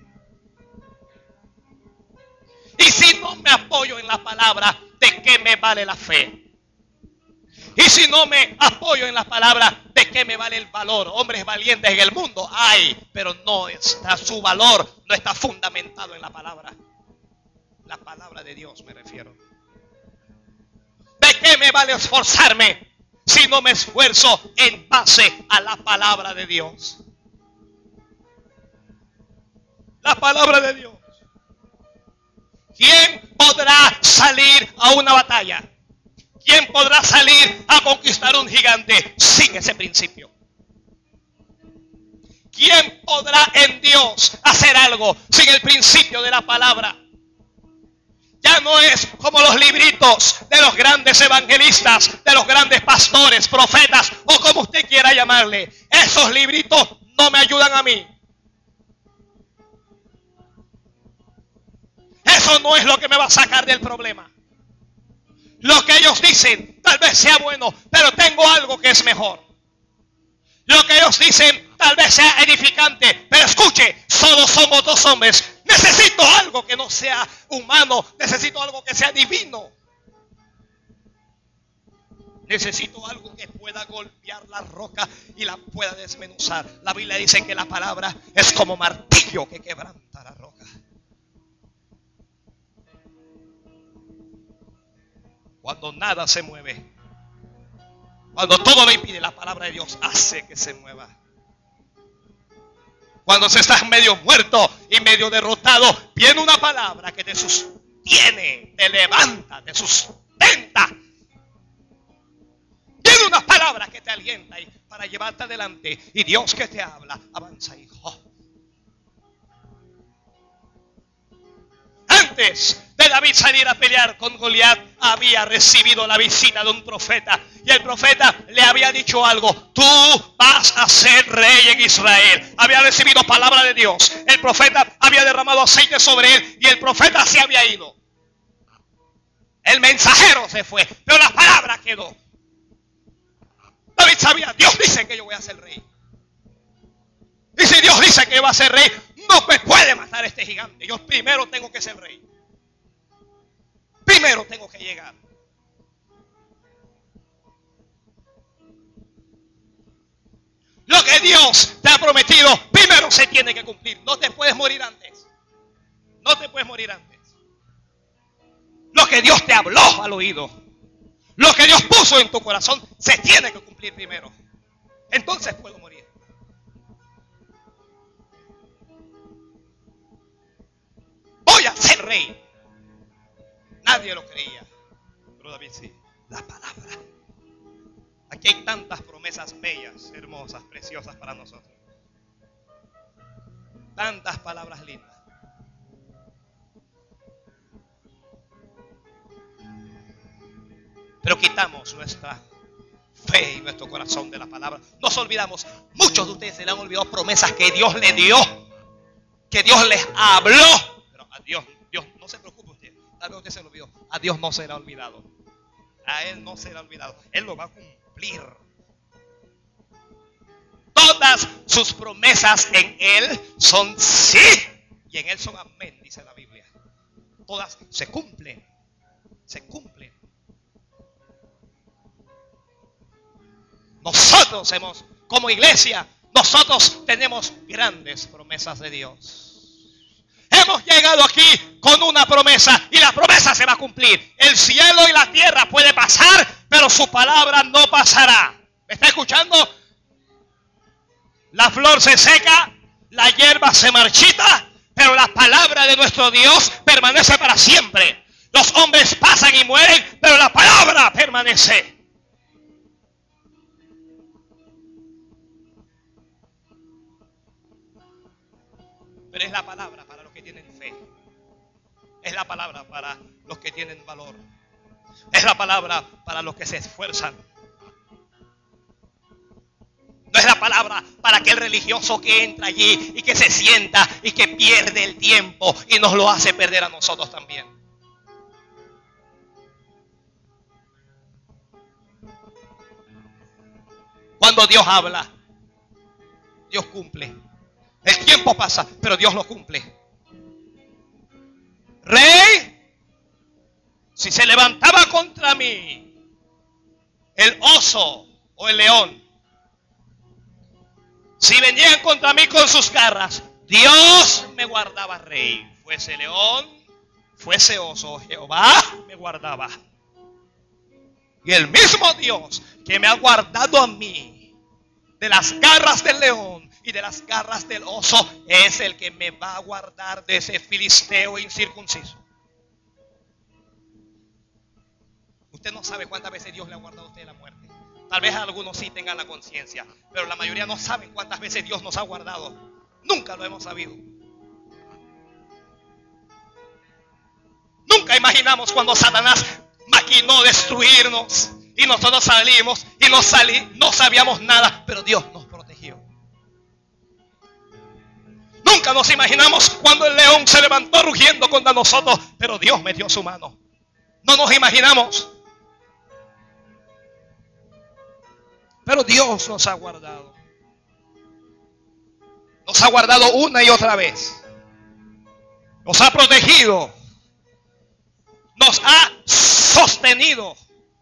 Y si no me apoyo en la palabra, ¿de qué me vale la fe? Y si no me apoyo en la palabra, ¿de qué me vale el valor? Hombres valientes en el mundo hay, pero no está su valor, no está fundamentado en la palabra. La palabra de Dios me refiero. ¿De qué me vale esforzarme si no me esfuerzo en base a la palabra de Dios? La palabra de Dios. ¿Quién podrá salir a una batalla? ¿Quién podrá salir a conquistar un gigante sin ese principio? ¿Quién podrá en Dios hacer algo sin el principio de la palabra? Ya no es como los libritos de los grandes evangelistas, de los grandes pastores, profetas o como usted quiera llamarle. Esos libritos no me ayudan a mí. Eso no es lo que me va a sacar del problema. Lo que ellos dicen tal vez sea bueno, pero tengo algo que es mejor. Lo que ellos dicen tal vez sea edificante, pero escuche, solo somos dos hombres. Necesito algo que no sea humano, necesito algo que sea divino. Necesito algo que pueda golpear la roca y la pueda desmenuzar. La Biblia dice que la palabra es como martillo que quebranta la roca. Cuando nada se mueve, cuando todo lo impide, la palabra de Dios hace que se mueva. Cuando se está medio muerto y medio derrotado, viene una palabra que te, sus, sostiene, te levanta, te sustenta. Tiene unas palabras que te alientan para llevarte adelante. Y Dios que te habla, avanza, hijo. Antes de David salir a pelear con Goliat, había recibido la visita de un profeta. Y el profeta le había dicho algo: tú vas a ser rey en Israel. Había recibido palabra de Dios. El profeta había derramado aceite sobre él y el profeta se había ido. El mensajero se fue, pero la palabra quedó. David sabía, Dios dice que yo voy a ser rey. Y si Dios dice que yo voy a ser rey, no me puede matar este gigante. Yo primero tengo que ser rey. Primero tengo que llegar. Lo que Dios te ha prometido, primero se tiene que cumplir. No te puedes morir antes. No te puedes morir antes. Lo que Dios te habló al oído, lo que Dios puso en tu corazón, se tiene que cumplir primero. Entonces puedo morir. Voy a ser rey. Nadie lo creía, pero David sí. La palabra. Aquí hay tantas promesas bellas, hermosas, preciosas para nosotros. Tantas palabras lindas. Pero quitamos nuestra fe y nuestro corazón de la palabra. Nos olvidamos. Muchos de ustedes se le han olvidado promesas que Dios le dio, que Dios les habló. Pero a Dios, Dios, no se preocupe usted. Tal vez usted se lo olvidó. A Dios no se le ha olvidado. A Él no se le ha olvidado. Él lo va a cumplir. Todas sus promesas en Él son sí. Y en Él son amén, dice la Biblia. Todas se cumplen. Se cumplen. Nosotros hemos, como iglesia, nosotros tenemos grandes promesas de Dios. Hemos llegado aquí con una promesa y la promesa se va a cumplir. El cielo y la tierra puede pasar, pero su palabra no pasará. ¿Me está escuchando? La flor se seca, la hierba se marchita, pero la palabra de nuestro Dios permanece para siempre. Los hombres pasan y mueren, pero la palabra permanece. Pero es la palabra para los que tienen fe. Es la palabra para los que tienen valor. Es la palabra para los que se esfuerzan. No es la palabra para aquel religioso que entra allí y que se sienta y que pierde el tiempo y nos lo hace perder a nosotros también. Cuando Dios habla, Dios cumple. El tiempo pasa, pero Dios lo cumple. Rey, si se levantaba contra mí el oso o el león, si venían contra mí con sus garras, Dios me guardaba, rey. Fuese león, fuese oso, Jehová me guardaba. Y el mismo Dios que me ha guardado a mí de las garras del león y de las garras del oso, es el que me va a guardar de ese filisteo incircunciso. Usted no sabe cuántas veces Dios le ha guardado a usted de la muerte. Tal vez algunos sí tengan la conciencia, pero la mayoría no saben cuántas veces Dios nos ha guardado. Nunca lo hemos sabido. Nunca imaginamos cuando Satanás maquinó destruirnos y nosotros salimos y no, salí, no sabíamos nada, pero Dios nos protegió. Nunca nos imaginamos cuando el león se levantó rugiendo contra nosotros, pero Dios metió su mano. No nos imaginamos. Pero Dios nos ha guardado. Nos ha guardado una y otra vez. Nos ha protegido. Nos ha sostenido.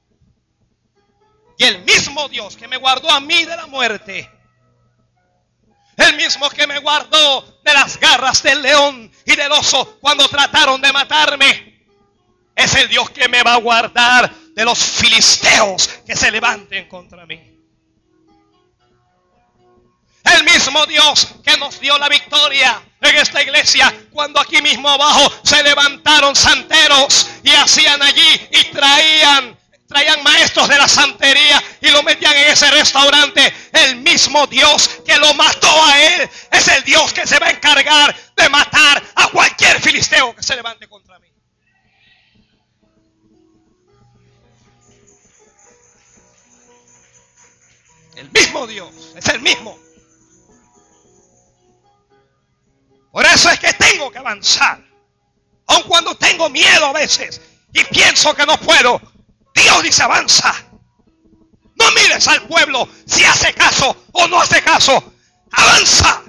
Y el mismo Dios que me guardó a mí de la muerte, el mismo que me guardó de las garras del león y del oso cuando trataron de matarme, es el Dios que me va a guardar de los filisteos que se levanten contra mí. El mismo Dios que nos dio la victoria en esta iglesia, cuando aquí mismo abajo se levantaron santeros y hacían allí y traían traían maestros de la santería y lo metían en ese restaurante. El mismo Dios que lo mató a él es el Dios que se va a encargar de matar a cualquier filisteo que se levante contra mí. El mismo Dios, es el mismo. Por eso es que tengo que avanzar. Aun cuando tengo miedo a veces y pienso que no puedo, Dios dice avanza. No mires al pueblo si hace caso o no hace caso. Avanza.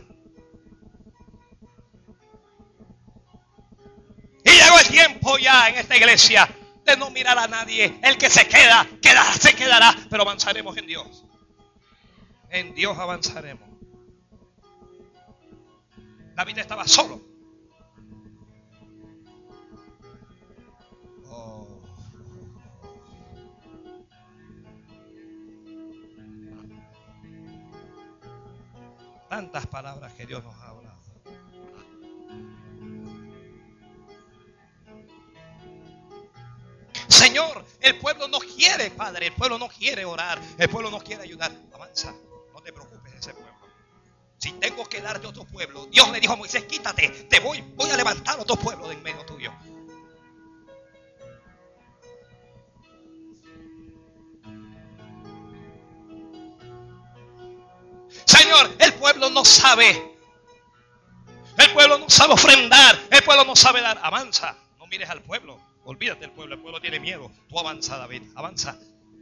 Y llegó el tiempo ya en esta iglesia de no mirar a nadie. El que se queda, quedará, se quedará. Pero avanzaremos en Dios. En Dios avanzaremos. David estaba solo. Oh. Tantas palabras que Dios nos ha hablado. Señor, el pueblo no quiere, Padre, el pueblo no quiere orar, el pueblo no quiere ayudar. Avanza, no te preocupes de ese pueblo. Si tengo que darte otro pueblo, Dios le dijo a Moisés, quítate, te voy, voy a levantar otro pueblo de en medio tuyo. Señor, el pueblo no sabe. El pueblo no sabe ofrendar, el pueblo no sabe dar. Avanza, no mires al pueblo, olvídate del pueblo, el pueblo tiene miedo. Tú avanza, David, avanza.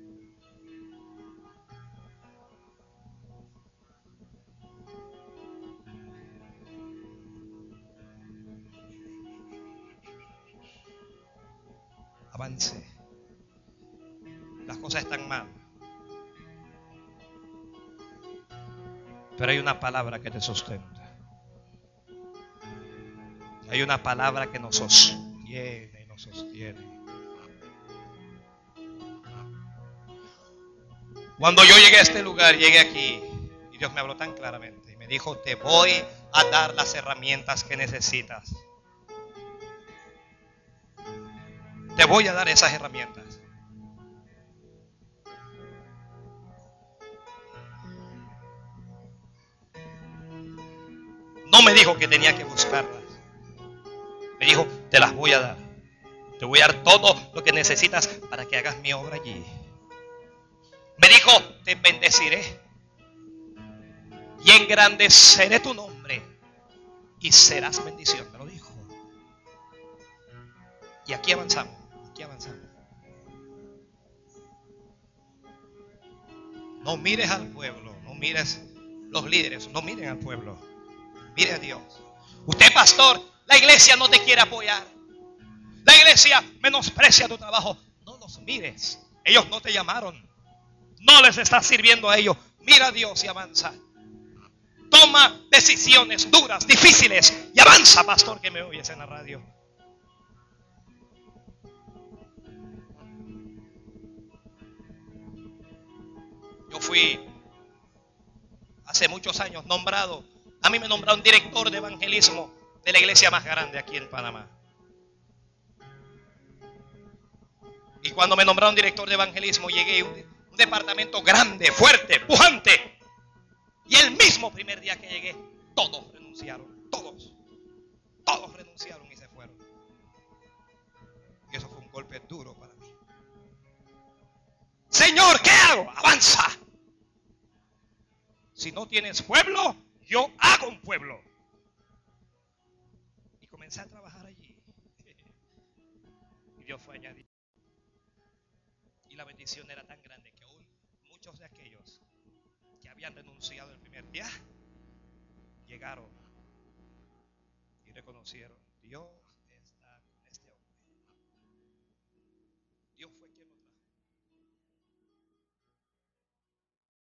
Avance. Las cosas están mal. Pero hay una palabra que te sustenta. Hay una palabra que nos sostiene y nos sostiene. Cuando yo llegué a este lugar, llegué aquí y Dios me habló tan claramente y me dijo, te voy a dar las herramientas que necesitas. Te voy a dar esas herramientas. No me dijo que tenía que buscarlas. Me dijo, te las voy a dar. Te voy a dar todo lo que necesitas para que hagas mi obra allí. Me dijo, te bendeciré y engrandeceré tu nombre y serás bendición. Me lo dijo. Y aquí avanzamos. Aquí avanzamos. No mires al pueblo. No mires los líderes. No miren al pueblo. Mire a Dios. Usted, pastor, la iglesia no te quiere apoyar. La iglesia menosprecia tu trabajo. No los mires. Ellos no te llamaron. No les estás sirviendo a ellos. Mira a Dios y avanza. Toma decisiones duras, difíciles. Y avanza, pastor, que me oyes en la radio. Yo fui hace muchos años nombrado. A mí me nombraron director de evangelismo de la iglesia más grande aquí en Panamá. Y cuando me nombraron director de evangelismo, llegué a un, un departamento grande, fuerte, pujante. Y el mismo primer día que llegué, todos renunciaron. Todos. Todos renunciaron y se fueron. Y eso fue un golpe duro para mí. Señor, ¿qué hago? Avanza. Si no tienes pueblo, yo hago un pueblo. Y comencé a trabajar allí. Y Dios fue añadido. Y la bendición era tan grande que aún muchos de aquellos que habían renunciado el primer día llegaron y reconocieron: Dios